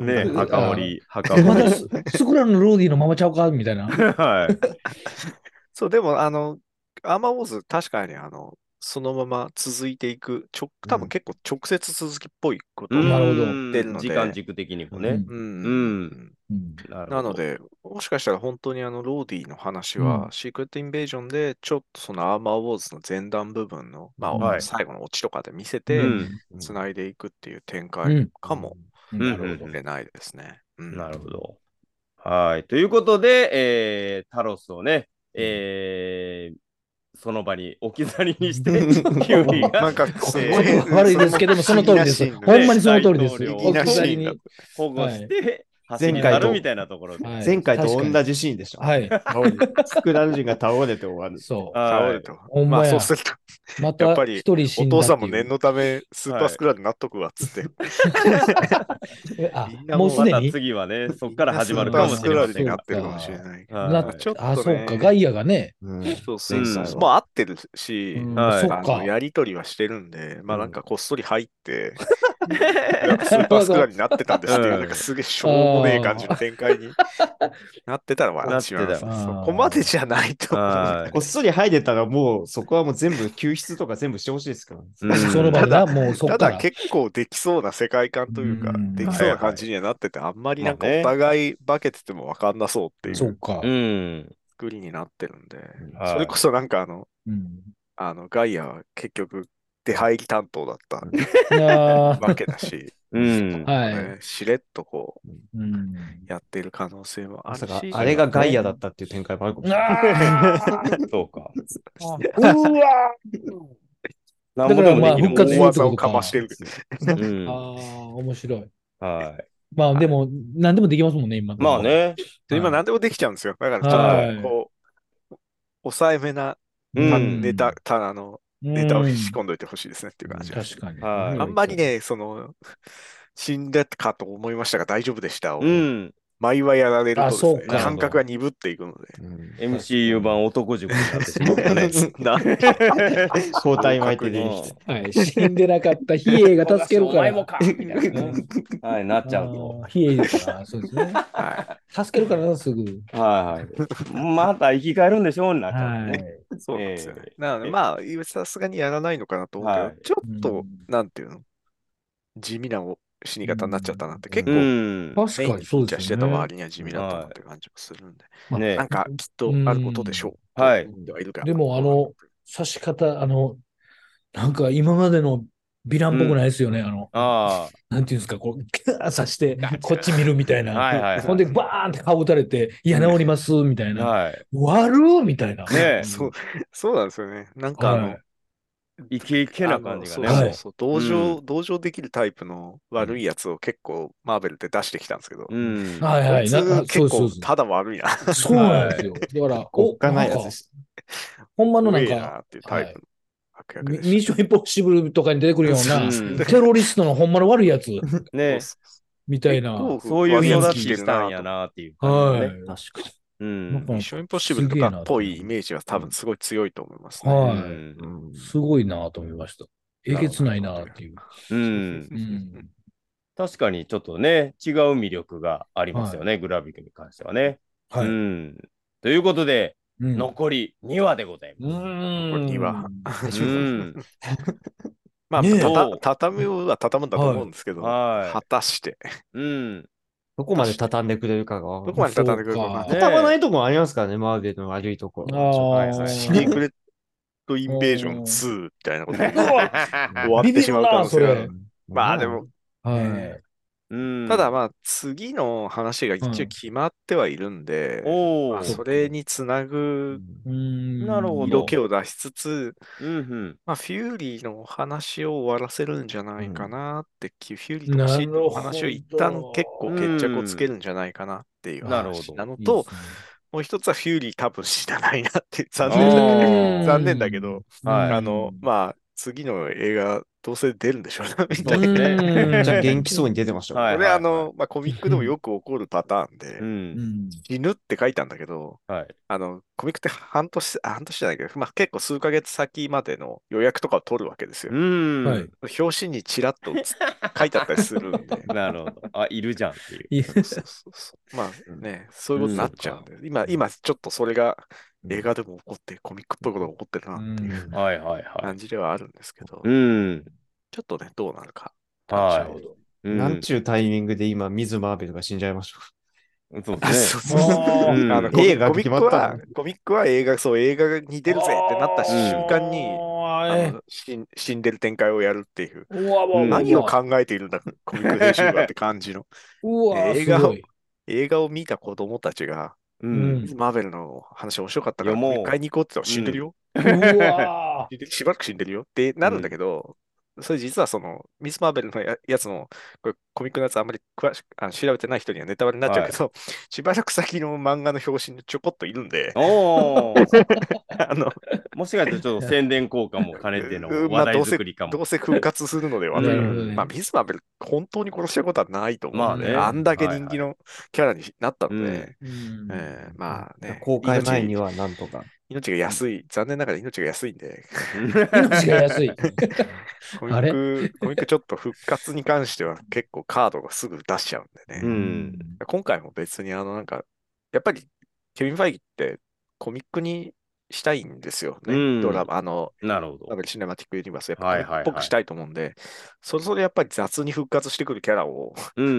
ね、墓守り。 スクラルのローディのままちゃうかみたいな。 そう、でも、アーマーウォーズ、確かに、 そのまま続いていく、多分結構直接続きっぽいことをなるほど。 言ってるので、 時間軸的にもね。 なので、もしかしたら本当にローディの話は、シークレットインベージョンで、ちょっとそのアーマーウォーズの前段部分の、最後のオチとかで見せて、つないでいくっていう展開かもしれないですね。 なるほど。はい。ということで、タロスをね、その場に置き去りにして、キュウリが。 なんか、 悪いですけども、その通りです。ほんまにその通りです。 置き去りに保護して、前回とみたいなところで。 前回と同じシーンでしょ。 はい。 スクラル人が倒れて終わる。 そう。 倒れて。まあ、そうすると、 また一人死んだ。 お父さんも念のため、スーパースクラルになっとくわ、っつって。 もうすでに次はね、そっから始まるかもしれない。 スーパースクラルになってるかもしれない。 ちょっとあ、そうか、ガイアがね。 そうそうそう。もう合ってるし、やりとりはしてるんで、まあなんかこっそり入って、スーパースクラルになってたんですっていう、なんかすげえしょうもねえ感じの展開になってたら笑ってしまいます。そこまでじゃないと思う。 こっそり入れたらもう、そこはもう全部救出とか全部してほしいですから。 その場だ、もうそっから。 ただ結構できそうな世界観というか、できそうな感じにはなってて、あんまりなんかお互い化けてても分かんなそうっていう作りになってるんで、それこそなんかガイアは結局出入り担当だったわけだし、しれっとこう、やってる可能性もあるし。 あれがガイアだったっていう展開もあるかもしれない。 そうか。 うわだからまあ復活するってことかましてる。 ああ、面白い。 はい。 まあでも、何でもできますもんね、今。 まあね。 今何でもできちゃうんですよ。だからちょっとこう、抑えめなネタを仕込んどいてほしいですねっていう感じです。 確かに。 あんまりね、死んだかと思いましたが大丈夫でしたを、毎話やられるとですね、感覚が鈍っていくので。 MCU 版男塾になってしまうよね。 交代巻いてで死んでなかった比叡が助けるから。お前もかみたいな。はい、なっちゃうと。 比叡ですから、そうですね。助けるからな、すぐ。 はい。また生き返るんでしょうになっちゃうね。 そうなんですよね。なので、まあ、さすがにやらないのかなと思うけど、ちょっと、なんていうの、地味な死に方になっちゃったなって、結構、メインにフィーチャーしてた割には地味だったなって感じもするんで、なんかきっとあることでしょう。 はい。 でも、刺し方、なんか今までのヴィランっぽくないですよね。なんていうんですか、こう、刺して、こっち見るみたいな。ほんで、バーンって顔打たれて、いや、治ります、みたいな。悪みたいな。 そうなんですよね。なんかイケイケな感じがね。 そうそう。同情できるタイプの悪いやつを結構マーベルって出してきたんですけど、 はいはい。 結構ただ悪いな。 そうなんですよ。だから、 おっかないやつです。 ほんまのなんか、ミッションインポッシブルとかに出てくるような、テロリストのほんまの悪いやつ。 ね。 みたいな。 そういう育ちしたんやなっていう感じね。確かに。 ミッションインポッシブルとかっぽいイメージは多分すごい強いと思いますね。 はい。すごいなと思いました。えげつないなっていう。 確かにちょっとね、違う魅力がありますよね、グラビックに関してはね。はい。ということで、残り2話でございます。 残り2話。まあ、畳むは畳むんだと思うんですけど、果たして。 どこまで畳んでくれるかが。 どこまで畳んでくれるか。 畳まないとこもありますからね、マーベルの悪いところ。 シークレットインベージョン2みたいなことで終わってしまう可能性がある。まあでも、ただまあ次の話が一応決まってはいるんで、それにつなぐ色気を出しつつ、まあフューリーの話を終わらせるんじゃないかなって、フューリーとかシーの話を一旦結構決着をつけるんじゃないかなっていう話なのと、もう一つはフューリー多分死なないなって残念だけど、まあ次の映画どうせ出るんでしょうね、みたいな。 じゃあ元気そうに出てましたこれまあコミックでもよく起こるパターンで、死ぬって書いたんだけど、コミックって半年じゃないけど、まあ結構数ヶ月先までの予約とかを取るわけですよ。表紙にちらっと書いてあったりするんで。 なるほど。あ、いるじゃんっていう。 まあね、そういうことになっちゃうんで、今ちょっとそれが映画でも起こって、コミックっぽいことが起こってるなっていう感じではあるんですけど、ちょっとね、どうなるか。 はい。 なんちゅうタイミングで今、ミズ・マーベルが死んじゃいました。 そうですね。 映画決まった。 コミックは映画に出るぜってなった瞬間に、死んでる展開をやるっていう。何を考えているんだ、コミック編集はって感じの。映画を見た子供たちが、マーベルの話面白かったから、もう一回に行こうって言ったら死んでるよ。しばらく死んでるよってなるんだけど、それ実はその、ミス・マーベルのやつの、これコミックのやつあんまり詳しく調べてない人にはネタバレになっちゃうけど、しばらく先の漫画の表紙にちょこっといるんで、 もしかしたらちょっと宣伝効果も兼ねての話題作りかも。 どうせ復活するのではという。ミス・マーベル本当に殺したことはないと思うので、あんだけ人気のキャラになったので、まあね。 公開前にはなんとか。 命が安い。残念ながら命が安いんで。 命が安い。 コミックちょっと復活に関しては結構カードがすぐ出しちゃうんでね。今回も別にやっぱりケビン・ファイギってコミックにしたいんですよね。ドラマ、 なるほど。 マーベル・シネマティック・ユニバース、やっぱコミックっぽくしたいと思うんで、そろそろやっぱり雑に復活してくるキャラを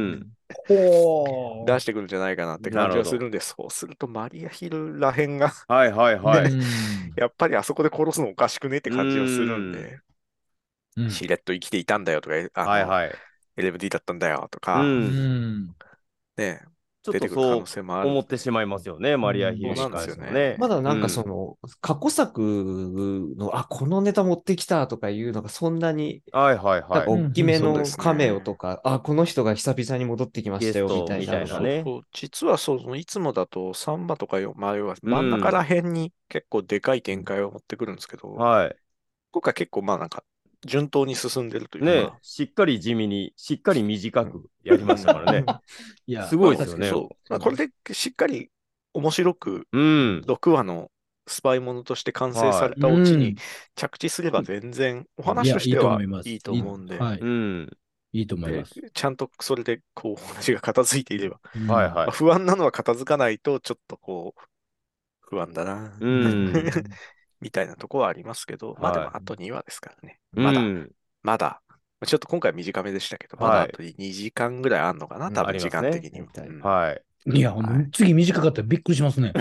出してくるんじゃないかなって感じがするんで、そうするとマリア・ヒルらへんがやっぱりあそこで殺すのおかしくねって感じがするんで、しれっと生きていたんだよとか、LMD だったんだよとか、ね、 ちょっとそう思ってしまいますよね、マリア・ヒルに関してはね。 まだなんかその、過去作の、このネタ持ってきたとかいうのがそんなに、なんか大きめのカメオとか、この人が久々に戻ってきましたよみたいなね。実はいつもだとサンバとか前は真ん中ら辺に結構でかい展開を持ってくるんですけど、今回結構なんか順当に進んでるというか。 ね、しっかり地味に、しっかり短くやりましたからね。すごいですよね。 これでしっかり面白く、6話のスパイものとして完成されたオチに着地すれば全然、お話としてはいいと思うんで。 いいと思います。 ちゃんとそれでお話が片付いていれば。不安なのは片付かないと、ちょっと不安だな。みたいなところはありますけど、でもあと2話ですからね。まだ、ちょっと今回短めでしたけど、まだあと2時間ぐらいあんのかな、多分時間的には。 いや、次短かったらびっくりしますね。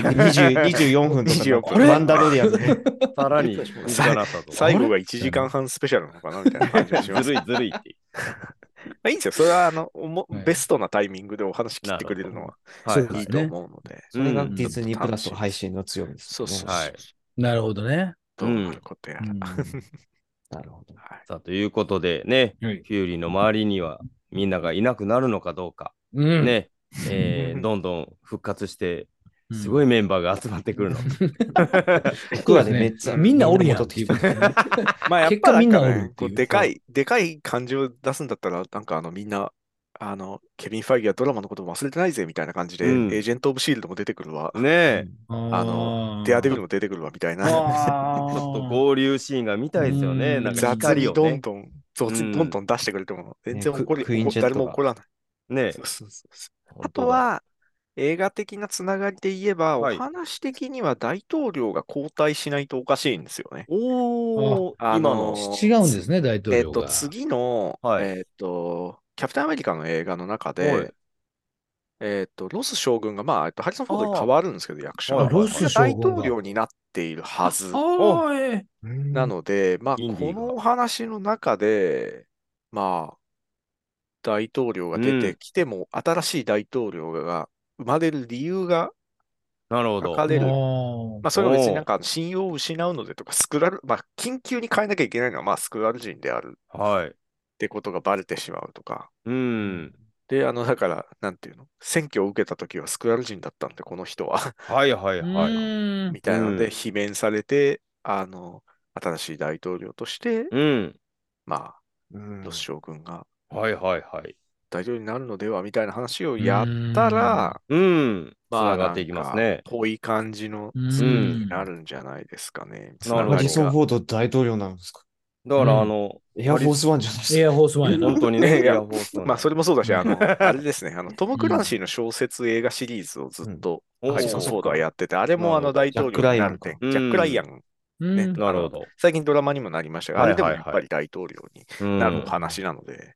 24分とか、マンダロリアンで。 さらに最後が1時間半スペシャルなのかなみたいな感じがします。 ずるいずるいって。 いいんですよ。それはベストなタイミングでお話切ってくれるのはいいと思うので。 それがディズニープラス配信の強みですね。 そう。 なるほどね。 どうなることやら。 なるほど。 さあ、ということでね、フューリーの周りにはみんながいなくなるのかどうか、ね、どんどん復活して、すごいメンバーが集まってくるの。 僕はね、めっちゃみんなおるやんっていう。 やっぱみんなおる。でかい感じを出すんだったら、なんかみんな、ケビン・ファイギーはドラマのことも忘れてないぜみたいな感じで、エージェント・オブ・シールドも出てくるわ。 ねえ。 デアデビルも出てくるわみたいな。 ちょっと合流シーンが見たいですよね。なんか雑にどんどん出してくれても、全然誰も怒らない。 ねえ。 あとは、映画的なつながりで言えば、お話的には大統領が交代しないとおかしいんですよね。 今の違うんですね、大統領が。 次の、キャプテンアメリカの映画の中で、ロス将軍が、ハリソン・フォードに変わるんですけど、役者が。 ロス将軍大統領になっているはず。なので、このお話の中で、大統領が出てきても、新しい大統領が生まれる理由が書かれる。それは別になんか信用を失うのでとか、緊急に変えなきゃいけないのは、スクラル人である。ってことがバレてしまうとか。で、だから、なんていうの、選挙を受けたときはスクラル人だったんで、この人は。みたいなので、罷免されて、新しい大統領として、ロス将軍が、大統領になるのではみたいな話をやったら、 つながっていきますね。 ぽい感じの次になるんじゃないですかね。 ハリソン・フォード大統領なんですか？ だからエアフォースワンじゃないですか。 エアフォースワンやな。 本当にね、エアフォースワン。 まあそれもそうだし、あれですね、トム・クランシーの小説映画シリーズをずっとハリソン・フォードはやってて、あれも大統領になる点、ジャック・ライアン。ね、 なるほど。 最近ドラマにもなりましたが、あれでもやっぱり大統領になるお話なので。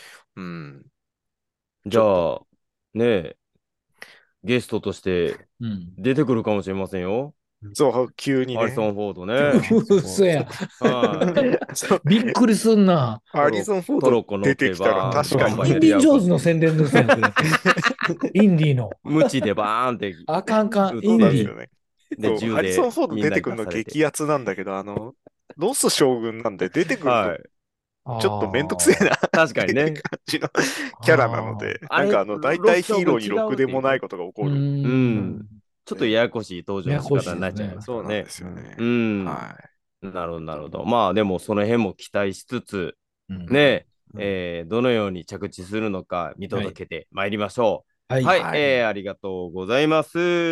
じゃあ、ね、ゲストとして出てくるかもしれませんよ。 そう、急にね。 ハリソン・フォードね。 嘘や。びっくりすんな。 ハリソン・フォード出てきたら確かに。 インディ・ジョーンズの宣伝ですよ、インディの。 無知でバーンって。 あかんかん、インディ。 ハリソン・フォード出てくるの激アツなんだけど、ロス将軍なんで出てくると、ちょっとめんどくせえな。 確かにね。 感じのキャラなので、なんか大体ヒーローにろくでもないことが起こる。 ちょっとややこしい登場の仕方になっちゃいますそうなんですよね。 なるほど、なるほど。まあでもその辺も期待しつつ、ね、どのように着地するのか見届けてまいりましょう。はい、ありがとうございます。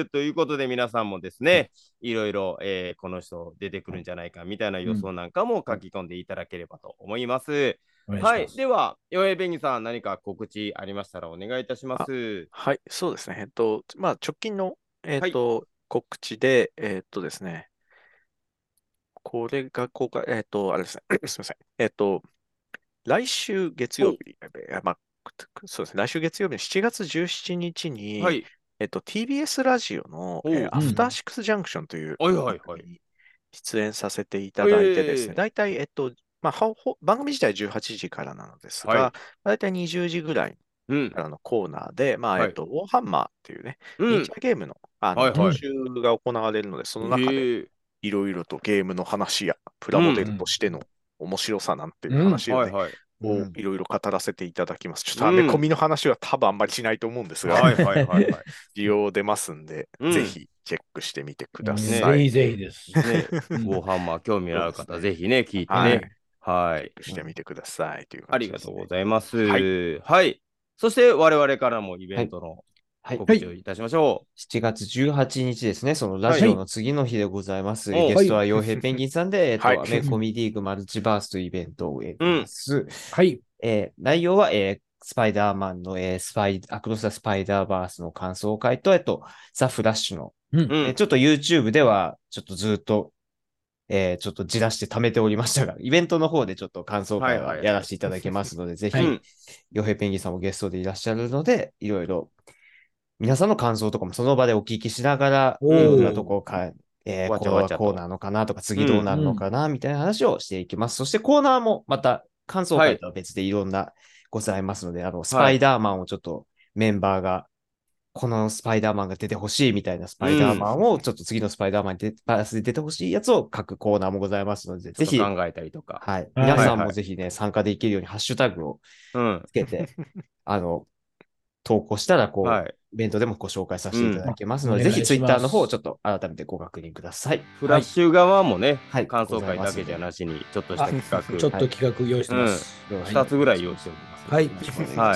ということで皆さんもですね、いろいろ、この人出てくるんじゃないかみたいな予想なんかも書き込んでいただければと思います。はい、では、ヨヘペンギさん、何か告知ありましたらお願いいたします。 はい、そうですね。まあ直近の告知で、ですね、これが公開、あれですね、すみません。来週月曜日、まあ、そうですね、来週月曜日の7月17日に、TBS ラジオの、アフターシックスジャンクションという出演させていただいてですね、大体、まあ、番組自体18時からなのですが、大体20時ぐらいからのコーナーで、まあ、ウォーハンマーっていうね、忍者ゲームの特集が行われるので、その中でいろいろとゲームの話や、プラモデルとしての面白さなんていう話をね、いろいろ語らせていただきます。ちょっとアメコミの話は多分あんまりしないと思うんですが、需要出ますんで、ぜひチェックしてみてください。 ぜひぜひです。 ウォーハンマー興味のある方、ぜひね、聞いてね。はい。 してみてくださいというありがとうございます。はい。そして我々からもイベントの告知をいたしましょう。 7月18日ですね、そのラジオの次の日でございます。ゲストは傭兵ペンギンさんで、アメコミリーグマルチバースというイベントをやります。内容は、スパイダーマンの、アクロス・ザ・スパイダーバースの感想会と、ザ・フラッシュの、ちょっと YouTube では、ちょっとずっと、ちょっとじらして貯めておりましたが、イベントの方でちょっと感想会はやらせていただけますので、ぜひ、傭兵ペンギンさんもゲストでいらっしゃるので、いろいろ、皆さんの感想とかもその場でお聞きしながら、いろんなとこか、これはこうなのかなとか、次どうなるのかな、みたいな話をしていきます。そしてコーナーもまた、感想会とは別でいろんなございますので、スパイダーマンをちょっとメンバーが、このスパイダーマンが出てほしいみたいなスパイダーマンを、ちょっと次のスパイダーマンに出てほしいやつを書くコーナーもございますので、ぜひ考えたりとか。 皆さんもぜひね、参加できるようにハッシュタグをつけて、投稿したら、イベントでもご紹介させていただけますので、ぜひツイッターの方をちょっと改めてご確認ください。 フラッシュ側もね、感想会だけじゃなしに、ちょっとした企画。 ちょっと企画用意してます。 2つぐらい用意しております。はい。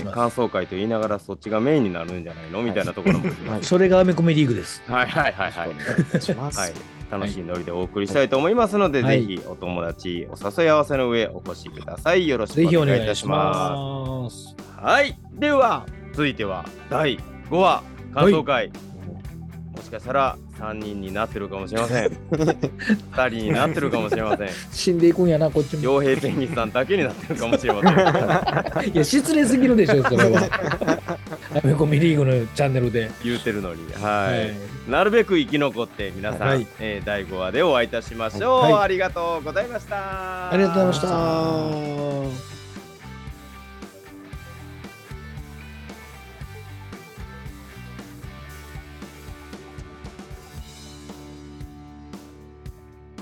感想会と言いながらそっちがメインになるんじゃないのみたいなところも。 それがアメコミリーグです。 はい。楽しいノリでお送りしたいと思いますので、ぜひお友達お誘い合わせの上お越しください。よろしくお願いいたします。はい。では、続いては第5話感想会。もしかしたら3人になってるかもしれません。2人になってるかもしれません。 死んでいくんやな、こっちも。 傭兵ペンギンさんだけになってるかもしれません。 いや、失礼すぎるでしょ、それは。アメコミリーグのチャンネルで。 言うてるのに。なるべく生き残って皆さん、第5話でお会いいたしましょう。ありがとうございました。 ありがとうございました。